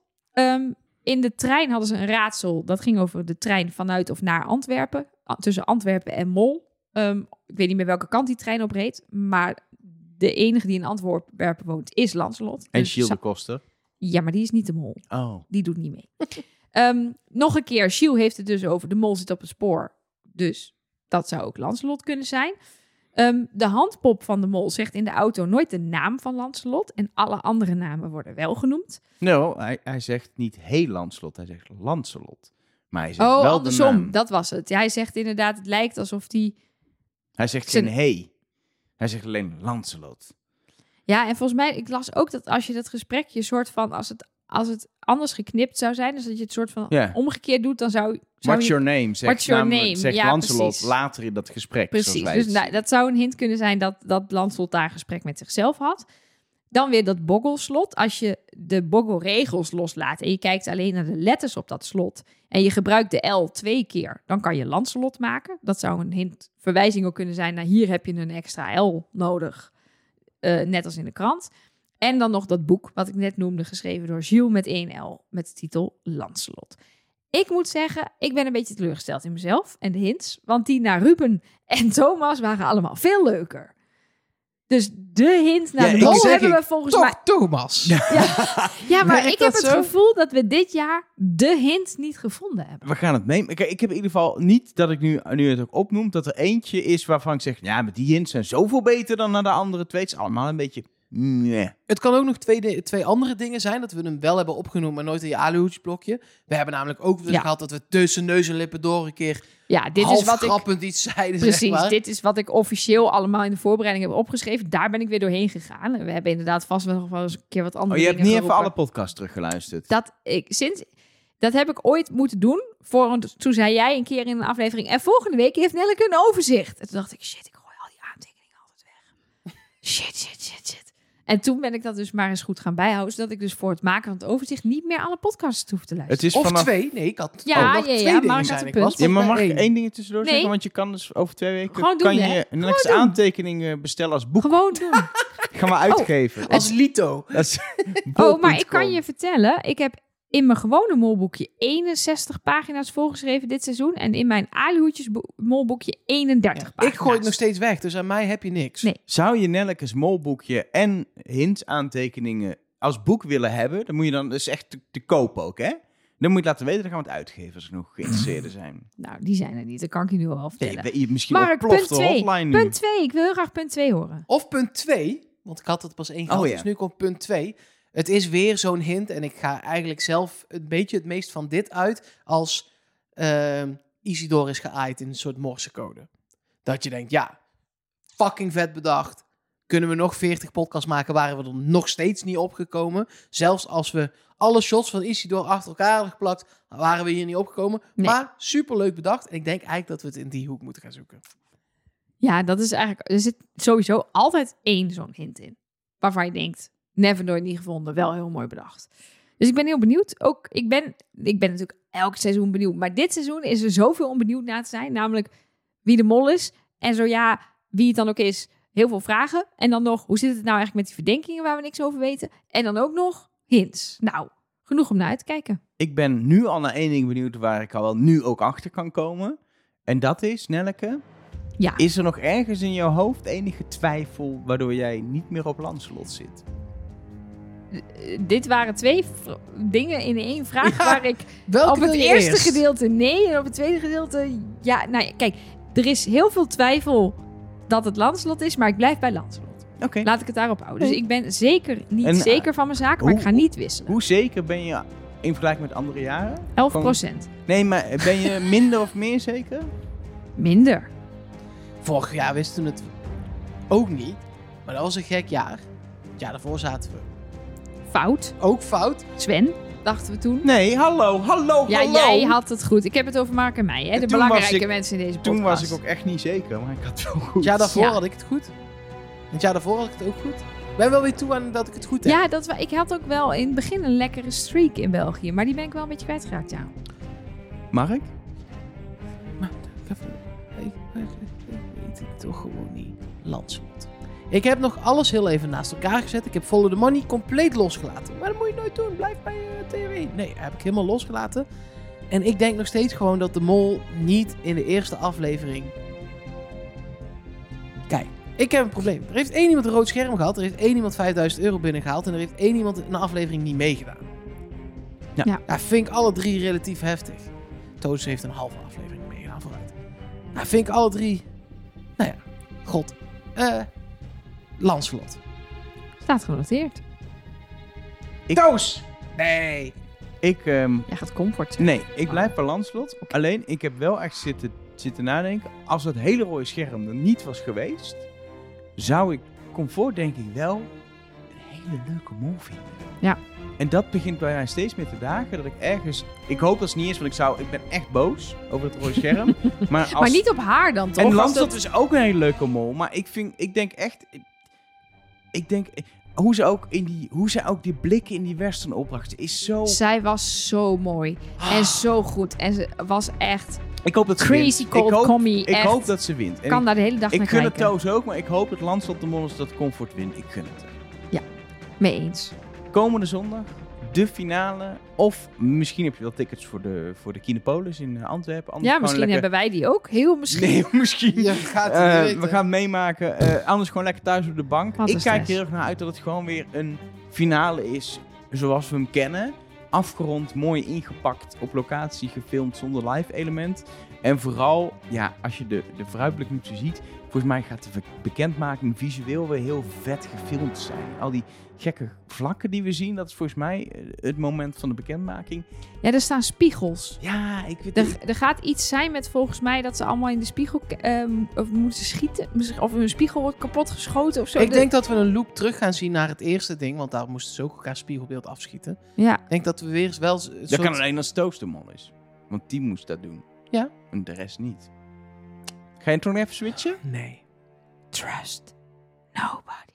In de trein hadden ze een raadsel. Dat ging over de trein vanuit of naar Antwerpen. Tussen Antwerpen en Mol. Ik weet niet meer welke kant die trein op reed. Maar de enige die in Antwerpen woont is Lancelot. En Dus Gilles de Koster. ja, maar die is niet de mol. Oh. Die doet niet mee. Nog een keer, Gilles heeft het dus over de mol zit op het spoor. Dus dat zou ook Lancelot kunnen zijn. De handpop van de mol zegt in de auto nooit de naam van Lancelot. En alle andere namen worden wel genoemd. Nou, hij zegt niet heel Lancelot, hij zegt Lancelot. Maar hij zegt Oh, wel andersom. de naam. Dat was het. Hij zegt inderdaad, het lijkt alsof die... Hij zegt Zijn- geen hey. Hij zegt alleen Lancelot. Ja, en volgens mij, ik las ook dat als je dat gesprekje soort van... Als het anders geknipt zou zijn, dus dat je het soort van Ja. omgekeerd doet, dan zou What's je... your name? Zegt, What's your namelijk- name? zegt Ja, Lancelot precies. later in dat gesprek. Precies, zoals wij dus het nou, zien. dat zou een hint kunnen zijn dat Lancelot daar een gesprek met zichzelf had. Dan weer dat boggelslot. Als je de boggelregels loslaat en je kijkt alleen naar de letters op dat slot en je gebruikt de L 2 keer, dan kan je Lancelot maken. Dat zou een hint, verwijzing ook kunnen zijn naar hier heb je een extra L nodig, net als in de krant. En dan nog dat boek, wat ik net noemde, geschreven door Gilles met 1 L, met de titel Lancelot. Ik moet zeggen, ik ben een beetje teleurgesteld in mezelf en de hints. Want die naar Ruben en Thomas waren allemaal veel leuker. Dus de hint naar Ja, de ik mol zeg hebben we ik, volgens mij... Thomas. Ja, maar Werkt ik heb dat het zo? gevoel dat we dit jaar de hint niet gevonden hebben. We gaan het mee. Kijk, ik heb in ieder geval niet dat ik nu het ook opnoem, dat er eentje is waarvan ik zeg, ja, maar die hints zijn zoveel beter dan naar de andere twee. Het is allemaal een beetje... Nee. Het kan ook nog twee andere dingen zijn. Dat we hem wel hebben opgenoemd, maar nooit in je aluhoedjesblokje. We hebben namelijk ook weer gehad dat we tussen neus en lippen door een keer Ja, dit half is wat ik... grappend iets zeiden, Precies, zeg maar. dit is wat ik officieel allemaal in de voorbereiding heb opgeschreven. Daar ben ik weer doorheen gegaan. We hebben inderdaad vast wel nog wel eens een keer wat andere Oh, je hebt dingen niet even geroepen. alle podcasts teruggeluisterd. Dat heb ik ooit moeten doen. Toen zei jij een keer in een aflevering... En volgende week heeft Nelleke een overzicht. En toen dacht ik, shit, ik gooi al die aantekeningen altijd weg. Shit. En toen ben ik dat dus maar eens goed gaan bijhouden. Zodat ik dus voor het maken van het overzicht niet meer alle podcasts hoef te luisteren. Het is Of vanaf... 2. Nee, ik had Ja, nog ja, 2 maar dingen ik had zijn. een Ik punt. was Ja, maar mag bij ik 1. één ding tussendoor Nee. zeggen? Want je kan dus over 2 weken... Gewoon doen, kan hè? je Gewoon een doen. aantekeningen bestellen als boek. Gewoon doen. Gaan we uitgeven. Als Lito. Dat is Oh, maar ik kan bol.com. je vertellen, ik heb in mijn gewone molboekje 61 pagina's volgeschreven dit seizoen. En in mijn aluhoedjes molboekje 31 pagina's. Ik gooi het nog steeds weg, dus aan mij heb je niks. Nee. Zou je Nelleke's molboekje en hints aantekeningen als boek willen hebben, dan moet je dan dus echt te koop ook, hè? Dan moet je het laten weten, dan gaan we het uitgeven als er nog geïnteresseerden zijn. Nou, die zijn er niet. Dat kan ik je nu al vertellen. Nee, misschien Mark, ontploft punt de 2. hotline nu. Punt 2. Ik wil heel graag punt 2 horen. Of punt 2, want ik had het pas 1 gehad, Oh, ja. dus nu komt punt 2. Het is weer zo'n hint en ik ga eigenlijk zelf een beetje het meest van dit uit als Isidore is geaaid in een soort morsecode. Dat je denkt, ja, fucking vet bedacht. Kunnen we nog 40 podcasts maken, waren we er nog steeds niet opgekomen. Zelfs als we alle shots van Isidore achter elkaar hadden geplakt, waren we hier niet opgekomen. Nee. Maar superleuk bedacht. En ik denk eigenlijk dat we het in die hoek moeten gaan zoeken. Ja, dat is eigenlijk... Er zit sowieso altijd één zo'n hint in. Waarvan je denkt, never nooit niet gevonden. Wel heel mooi bedacht. Dus ik ben heel benieuwd. Ook, ik ben natuurlijk elk seizoen benieuwd. Maar dit seizoen is er zoveel om benieuwd naar te zijn. Namelijk wie de mol is. En zo ja, wie het dan ook is. Heel veel vragen. En dan nog, hoe zit het nou eigenlijk met die verdenkingen waar we niks over weten? En dan ook nog hints. Nou, genoeg om naar uit te kijken. Ik ben nu al naar één ding benieuwd waar ik al wel nu ook achter kan komen. En dat is, Nelleke, Ja, is er nog ergens in jouw hoofd enige twijfel waardoor jij niet meer op Lancelot zit? dit waren 2 dingen in één vraag Ja, waar ik welke op het wil je eerste eerst? gedeelte nee en op het tweede gedeelte ja. Nou ja, kijk, er is heel veel twijfel dat het Lancelot is, maar ik blijf bij Lancelot. Oké. Laat ik het daarop houden. Dus ik ben zeker niet En, zeker van mijn zaak, maar ik ga niet wisselen. Hoe zeker ben je in vergelijking met andere jaren? 11%. Nee, maar ben je minder of meer zeker? Minder. Vorig jaar wisten we het ook niet. Maar dat was een gek jaar. Het jaar daarvoor zaten we Fout. ook fout. Sven, dachten we toen. Nee, hallo. Ja, jij had het goed. Ik heb het over Mark en mij, hè? De Toen belangrijke was ik- mensen in deze podcast. Toen was ik ook echt niet zeker, maar ik had het wel goed. Het jaar daarvoor Ja. had ik het goed. Het jaar daarvoor had ik het ook goed. Ik ben wel weer toe aan dat ik het goed heb. Ja, ik had ook wel in het begin een lekkere streak in België, maar die ben ik wel een beetje kwijtgeraakt, ja. Mark? Maar ik weet het toch gewoon niet. Lancelot. Ik heb nog alles heel even naast elkaar gezet. Ik heb Follow the Money compleet losgelaten. Maar dat moet je nooit doen. Blijf bij je theorie. Nee, heb ik helemaal losgelaten. En ik denk nog steeds gewoon dat de mol niet in de eerste aflevering... Kijk, ik heb een probleem. Er heeft 1 iemand een rood scherm gehad. Er heeft 1 iemand €5.000 binnengehaald. En er heeft 1 iemand een aflevering niet meegedaan. Ja. Ja, vind ik alle 3 relatief heftig. Toos heeft een halve aflevering meegedaan vooruit. Nou, vind ik alle 3... Nou ja, god. Lancelot. Staat genoteerd. Toos! Nee. Ik, Jij gaat comfort zeggen. nee, ik blijf bij Lancelot. Alleen, ik heb wel echt zitten nadenken. Als het hele rode scherm er niet was geweest, zou ik Comfort denk ik wel een hele leuke mol vinden. Ja. En dat begint bij mij steeds meer te dagen. Dat ik ergens... Ik hoop dat het niet is, want ik ben echt boos over het rode scherm. Maar, Maar niet op haar dan, toch? En Als Lancelot dat- is ook een hele leuke mol. Maar ik denk echt... Ik denk... Hoe zij ook die blikken in die western opbracht, is zo... Zij was zo mooi en zo goed. En ze was echt... Ik hoop dat ze Crazy wint. cold ik hoop, commie, Ik echt. hoop dat ze wint. En kan daar de hele dag ik naar gun het kijken. Toos ook, maar ik hoop dat Lancelot de mol is dat Comfort wint. Ik gun het. Mee eens. Komende zondag, de finale. Of misschien heb je wel tickets voor de Kinepolis in Antwerpen. Anders Ja, gewoon misschien lekker... hebben wij die ook. Heel misschien. Nee, misschien. Je gaat het niet weten. We gaan het meemaken. Anders gewoon lekker thuis op de bank. Wat een Ik kijk er stress. heel erg naar uit dat het gewoon weer een finale is zoals we hem kennen. Afgerond, mooi ingepakt, op locatie gefilmd zonder live element. En vooral, ja, als je de vooruitblik nu zo ziet, volgens mij gaat de bekendmaking visueel weer heel vet gefilmd zijn. Al die gekke vlakken die we zien, dat is volgens mij het moment van de bekendmaking. Ja, er staan spiegels. Ja, ik weet niet. Er gaat iets zijn met volgens mij dat ze allemaal in de spiegel of moeten schieten. Of hun spiegel wordt kapot geschoten of zo. Ik denk dat we een loop terug gaan zien naar het eerste ding. Want daar moesten ze ook elkaar spiegelbeeld afschieten. Ja. Ik denk dat we weer wel... Dat kan alleen als Stooks de mol is. Want die moest dat doen. Ja. En de rest niet. Ga je toch nog even switchen? Nee. Trust nobody.